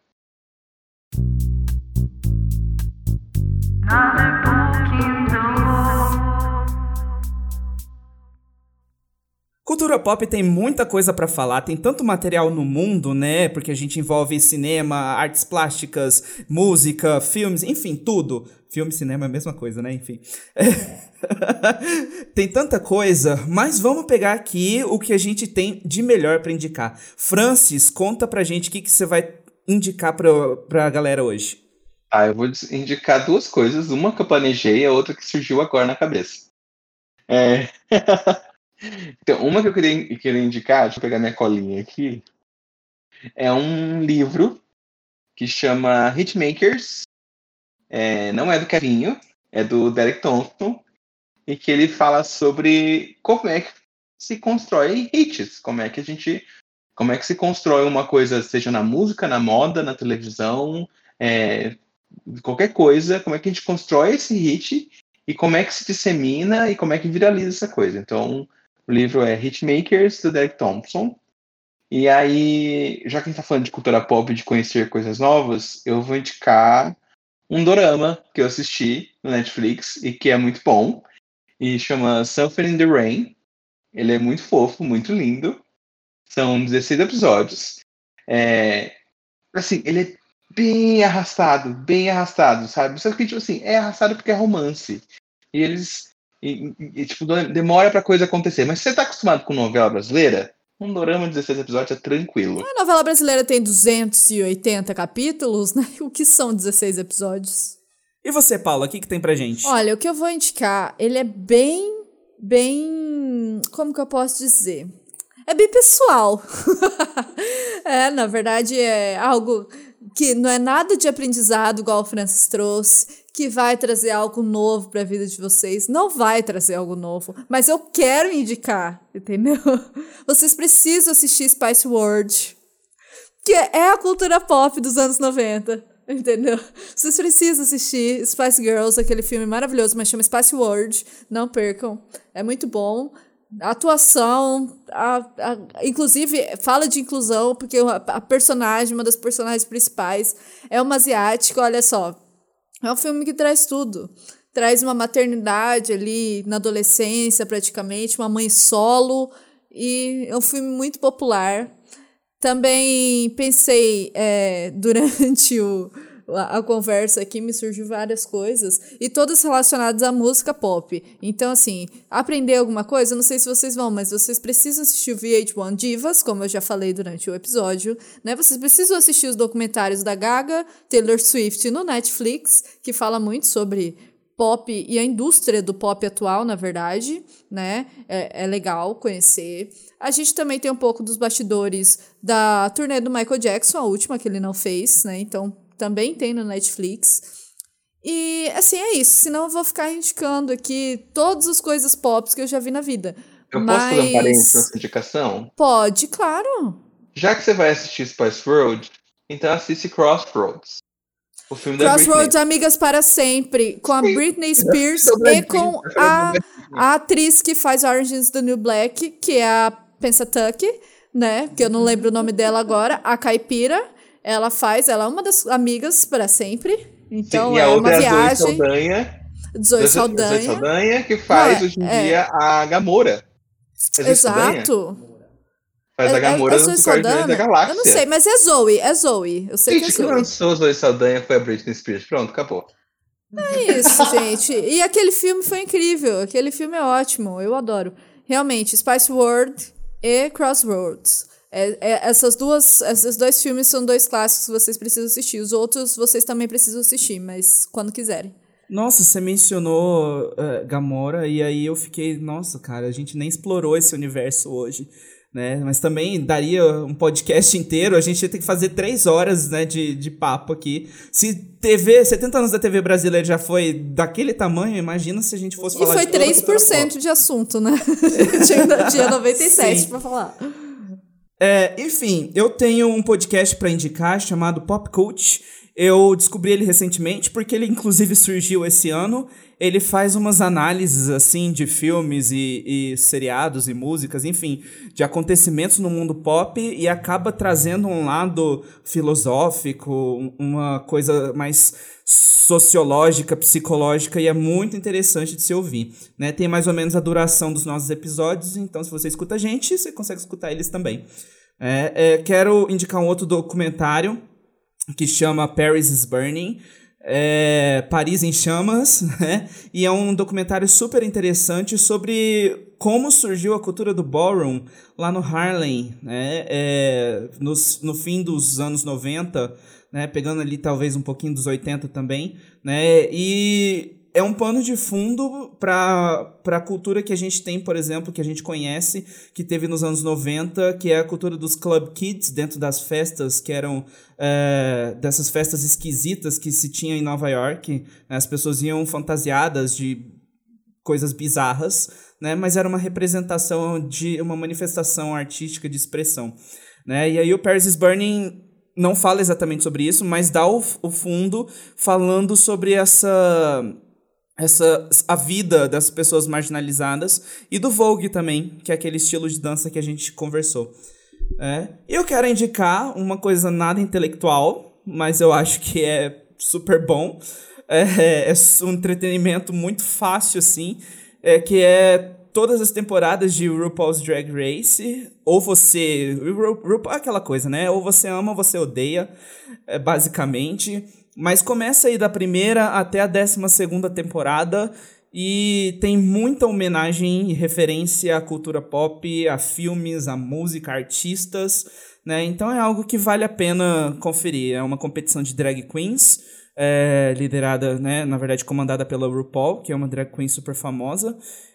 Cultura pop tem muita coisa pra falar, tem tanto material no mundo, né? Porque a gente envolve cinema, artes plásticas, música, filmes, enfim, tudo. Filme e cinema é a mesma coisa, né? Enfim. Tem tanta coisa, mas vamos pegar aqui o que a gente tem de melhor pra indicar. Francis, conta pra gente o que, que você vai indicar pra, pra galera hoje. Ah, eu vou indicar duas coisas, uma que eu planejei e a outra que surgiu agora na cabeça. É... Então, uma que eu queria, queria indicar, deixa eu pegar minha colinha aqui, é um livro que chama Hitmakers, é, não é do Kevinho, é do Derek Thompson, e que ele fala sobre como é que se constrói hits, como é que a gente, como é que se constrói uma coisa, seja na música, na moda, na televisão, é, qualquer coisa, como é que a gente constrói esse hit e como é que se dissemina e como é que viraliza essa coisa. Então, o livro é Hitmakers, do Derek Thompson. E aí, já que a gente tá falando de cultura pop, de conhecer coisas novas, eu vou indicar um dorama que eu assisti no Netflix e que é muito bom. E chama Something in the Rain. Ele é muito fofo, muito lindo. São dezesseis episódios. É, assim, ele é bem arrastado, bem arrastado, sabe? Só que, tipo assim, é arrastado porque é romance. E eles... E, e, tipo, demora pra coisa acontecer. Mas se você tá acostumado com novela brasileira, um dorama de dezesseis episódios é tranquilo. A novela brasileira tem duzentos e oitenta capítulos, né? O que são dezesseis episódios? E você, Paula, o que, que tem pra gente? Olha, o que eu vou indicar, ele é bem, bem... Como que eu posso dizer? É bem pessoal. É, na verdade, é algo que não é nada de aprendizado, igual o Francis trouxe, que vai trazer algo novo para a vida de vocês. Não vai trazer algo novo, mas eu quero indicar, entendeu? Vocês precisam assistir Spice World, que é a cultura pop dos anos noventa. Entendeu? Vocês precisam assistir Spice Girls, aquele filme maravilhoso, mas chama Spice World. Não percam. É muito bom. A atuação, a, a, inclusive, fala de inclusão, porque a, a personagem, uma das personagens principais, é uma asiática, olha só. É um filme que traz tudo. Traz uma maternidade ali na adolescência, praticamente, uma mãe solo, e é um filme muito popular. Também pensei, é, durante o, a, a conversa aqui, me surgiu várias coisas, e todas relacionadas à música pop. Então, assim, aprender alguma coisa, não sei se vocês vão, mas vocês precisam assistir o V H um Divas, como eu já falei durante o episódio, né? Vocês precisam assistir os documentários da Gaga, Taylor Swift no Netflix, que fala muito sobre pop e a indústria do pop atual, na verdade, né? É, é legal conhecer. A gente também tem um pouco dos bastidores da turnê do Michael Jackson, a última que ele não fez, né? Então, também tem no Netflix. E, assim, é isso. Senão eu vou ficar indicando aqui todas as coisas pop que eu já vi na vida. Eu Mas... posso fazer um parênteses nessa indicação? Pode, claro. Já que você vai assistir Spice World, então assiste Crossroads. O filme da Crossroads, Britney. Amigas para Sempre, com a Britney Spears e com a, a atriz que faz Orange is the New Black, que é a Pennsatucky, né? Que eu não lembro o nome dela agora. A Caipira, ela faz, ela é uma das amigas para sempre. Então, Sim, e é a outra uma é a Zoe viagem. Saldanha. Zoe Saldanha. Zoe Saldanha, que faz Não, é- hoje em é. dia a Gamora. É Zoe Saldanha? Exato. Faz a Gamora Zoe dos Guardiões da Saldanha? Galáxia. Eu não sei, mas é Zoe, é Zoe. Eu sei Gente, que é que Zoe. lançou Zoe Saldanha foi a Britney Spears. Pronto, acabou. É isso, gente. E aquele filme foi incrível. Aquele filme é ótimo. Eu adoro. Realmente, Spice World e Crossroads. É, é, essas duas, esses dois filmes são dois clássicos que vocês precisam assistir. Os outros vocês também precisam assistir, mas quando quiserem. Nossa, você mencionou uh, Gamora e aí eu fiquei, nossa, cara, a gente nem explorou esse universo hoje, né? Mas também daria um podcast inteiro, a gente ia ter que fazer três horas, né, de, de papo aqui. Se T V, setenta anos da T V brasileira já foi daquele tamanho, imagina se a gente fosse E falar foi de toda a três por cultura cento pop. de assunto, né? tinha, tinha noventa e sete Sim. pra falar. É, enfim, eu tenho um podcast pra indicar chamado Pop Coach. Eu descobri ele recentemente porque ele inclusive surgiu esse ano. Ele faz umas análises assim de filmes e, e seriados e músicas, enfim, de acontecimentos no mundo pop e acaba trazendo um lado filosófico, uma coisa mais sociológica, psicológica, e é muito interessante de se ouvir, né? Tem mais ou menos a duração dos nossos episódios, então se você escuta a gente, você consegue escutar eles também. É, é, quero indicar um outro documentário que chama Paris is Burning, é, Paris em Chamas, né? E é um documentário super interessante sobre como surgiu a cultura do ballroom lá no Harlem, né? É, nos, no fim dos anos noventa, né? Pegando ali talvez um pouquinho dos oitenta também, né? E é um pano de fundo para a cultura que a gente tem, por exemplo, que a gente conhece, que teve nos anos noventa, que é a cultura dos club kids dentro das festas, que eram é, dessas festas esquisitas que se tinha em Nova York. Né? As pessoas iam fantasiadas de coisas bizarras, né? Mas era uma representação de uma manifestação artística de expressão. Né? E aí o Paris is Burning não fala exatamente sobre isso, mas dá o, o fundo falando sobre essa... Essa, a vida das pessoas marginalizadas e do Vogue também, que é aquele estilo de dança que a gente conversou. É. Eu quero indicar uma coisa nada intelectual, mas eu acho que é super bom. É, é um entretenimento muito fácil, assim, é, que é todas as temporadas de RuPaul's Drag Race. Ou você... Ru, Ru, aquela coisa, né? Ou você ama ou você odeia, é, basicamente... Mas começa aí da primeira até a décima segunda temporada e tem muita homenagem e referência à cultura pop, a filmes, a música, a artistas, né? Então é algo que vale a pena conferir. É uma competição de drag queens, é, liderada, né, na verdade comandada pela RuPaul, que é uma drag queen super famosa.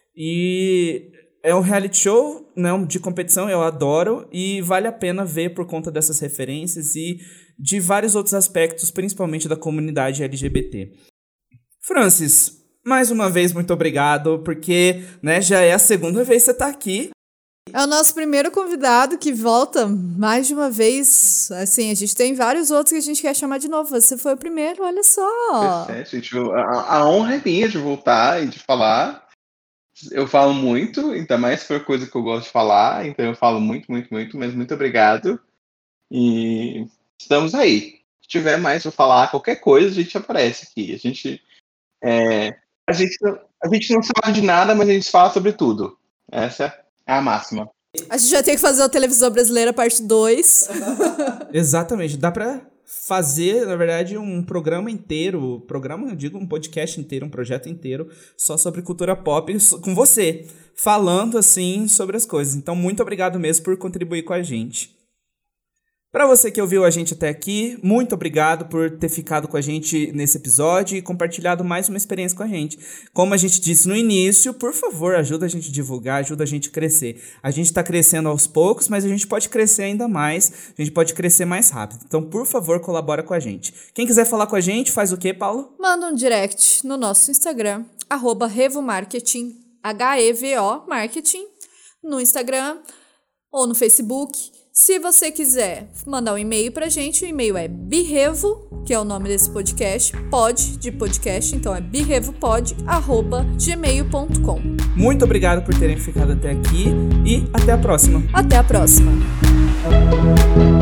E é um reality show, né, de competição, eu adoro, e vale a pena ver por conta dessas referências e de vários outros aspectos, principalmente da comunidade L G B T. Francis, mais uma vez, muito obrigado, porque, né, já é a segunda vez que você está aqui. É o nosso primeiro convidado que volta mais de uma vez. Assim, a gente tem vários outros que a gente quer chamar de novo. Você foi o primeiro, olha só. Perfeito, gente. A, a honra é minha de voltar e de falar. Eu falo muito, ainda mais se for coisa que eu gosto de falar. Então eu falo muito, muito, muito. Mas muito obrigado. E estamos aí. Se tiver mais para falar, qualquer coisa, a gente aparece aqui. A gente, é, a gente, a gente não sabe de nada, mas a gente fala sobre tudo. Essa é a máxima. A gente vai ter que fazer a Televisão Brasileira parte dois. Exatamente. Dá pra fazer, na verdade, um programa inteiro, programa, eu digo, um podcast inteiro, um projeto inteiro, só sobre cultura pop com você, falando, assim, sobre as coisas. Então, muito obrigado mesmo por contribuir com a gente. Para você que ouviu a gente até aqui, muito obrigado por ter ficado com a gente nesse episódio e compartilhado mais uma experiência com a gente. Como a gente disse no início, por favor, ajuda a gente a divulgar, ajuda a gente a crescer. A gente está crescendo aos poucos, mas a gente pode crescer ainda mais, a gente pode crescer mais rápido. Então, por favor, colabora com a gente. Quem quiser falar com a gente, faz o quê, Paulo? Manda um direct no nosso Instagram, arroba revomarketing, H E V O Marketing, no Instagram ou no Facebook. Se você quiser mandar um e-mail pra gente, o e-mail é birrevo, que é o nome desse podcast, pod de podcast, então é birrevopod, arroba gmail ponto com. Muito obrigado por terem ficado até aqui e até a próxima. Até a próxima.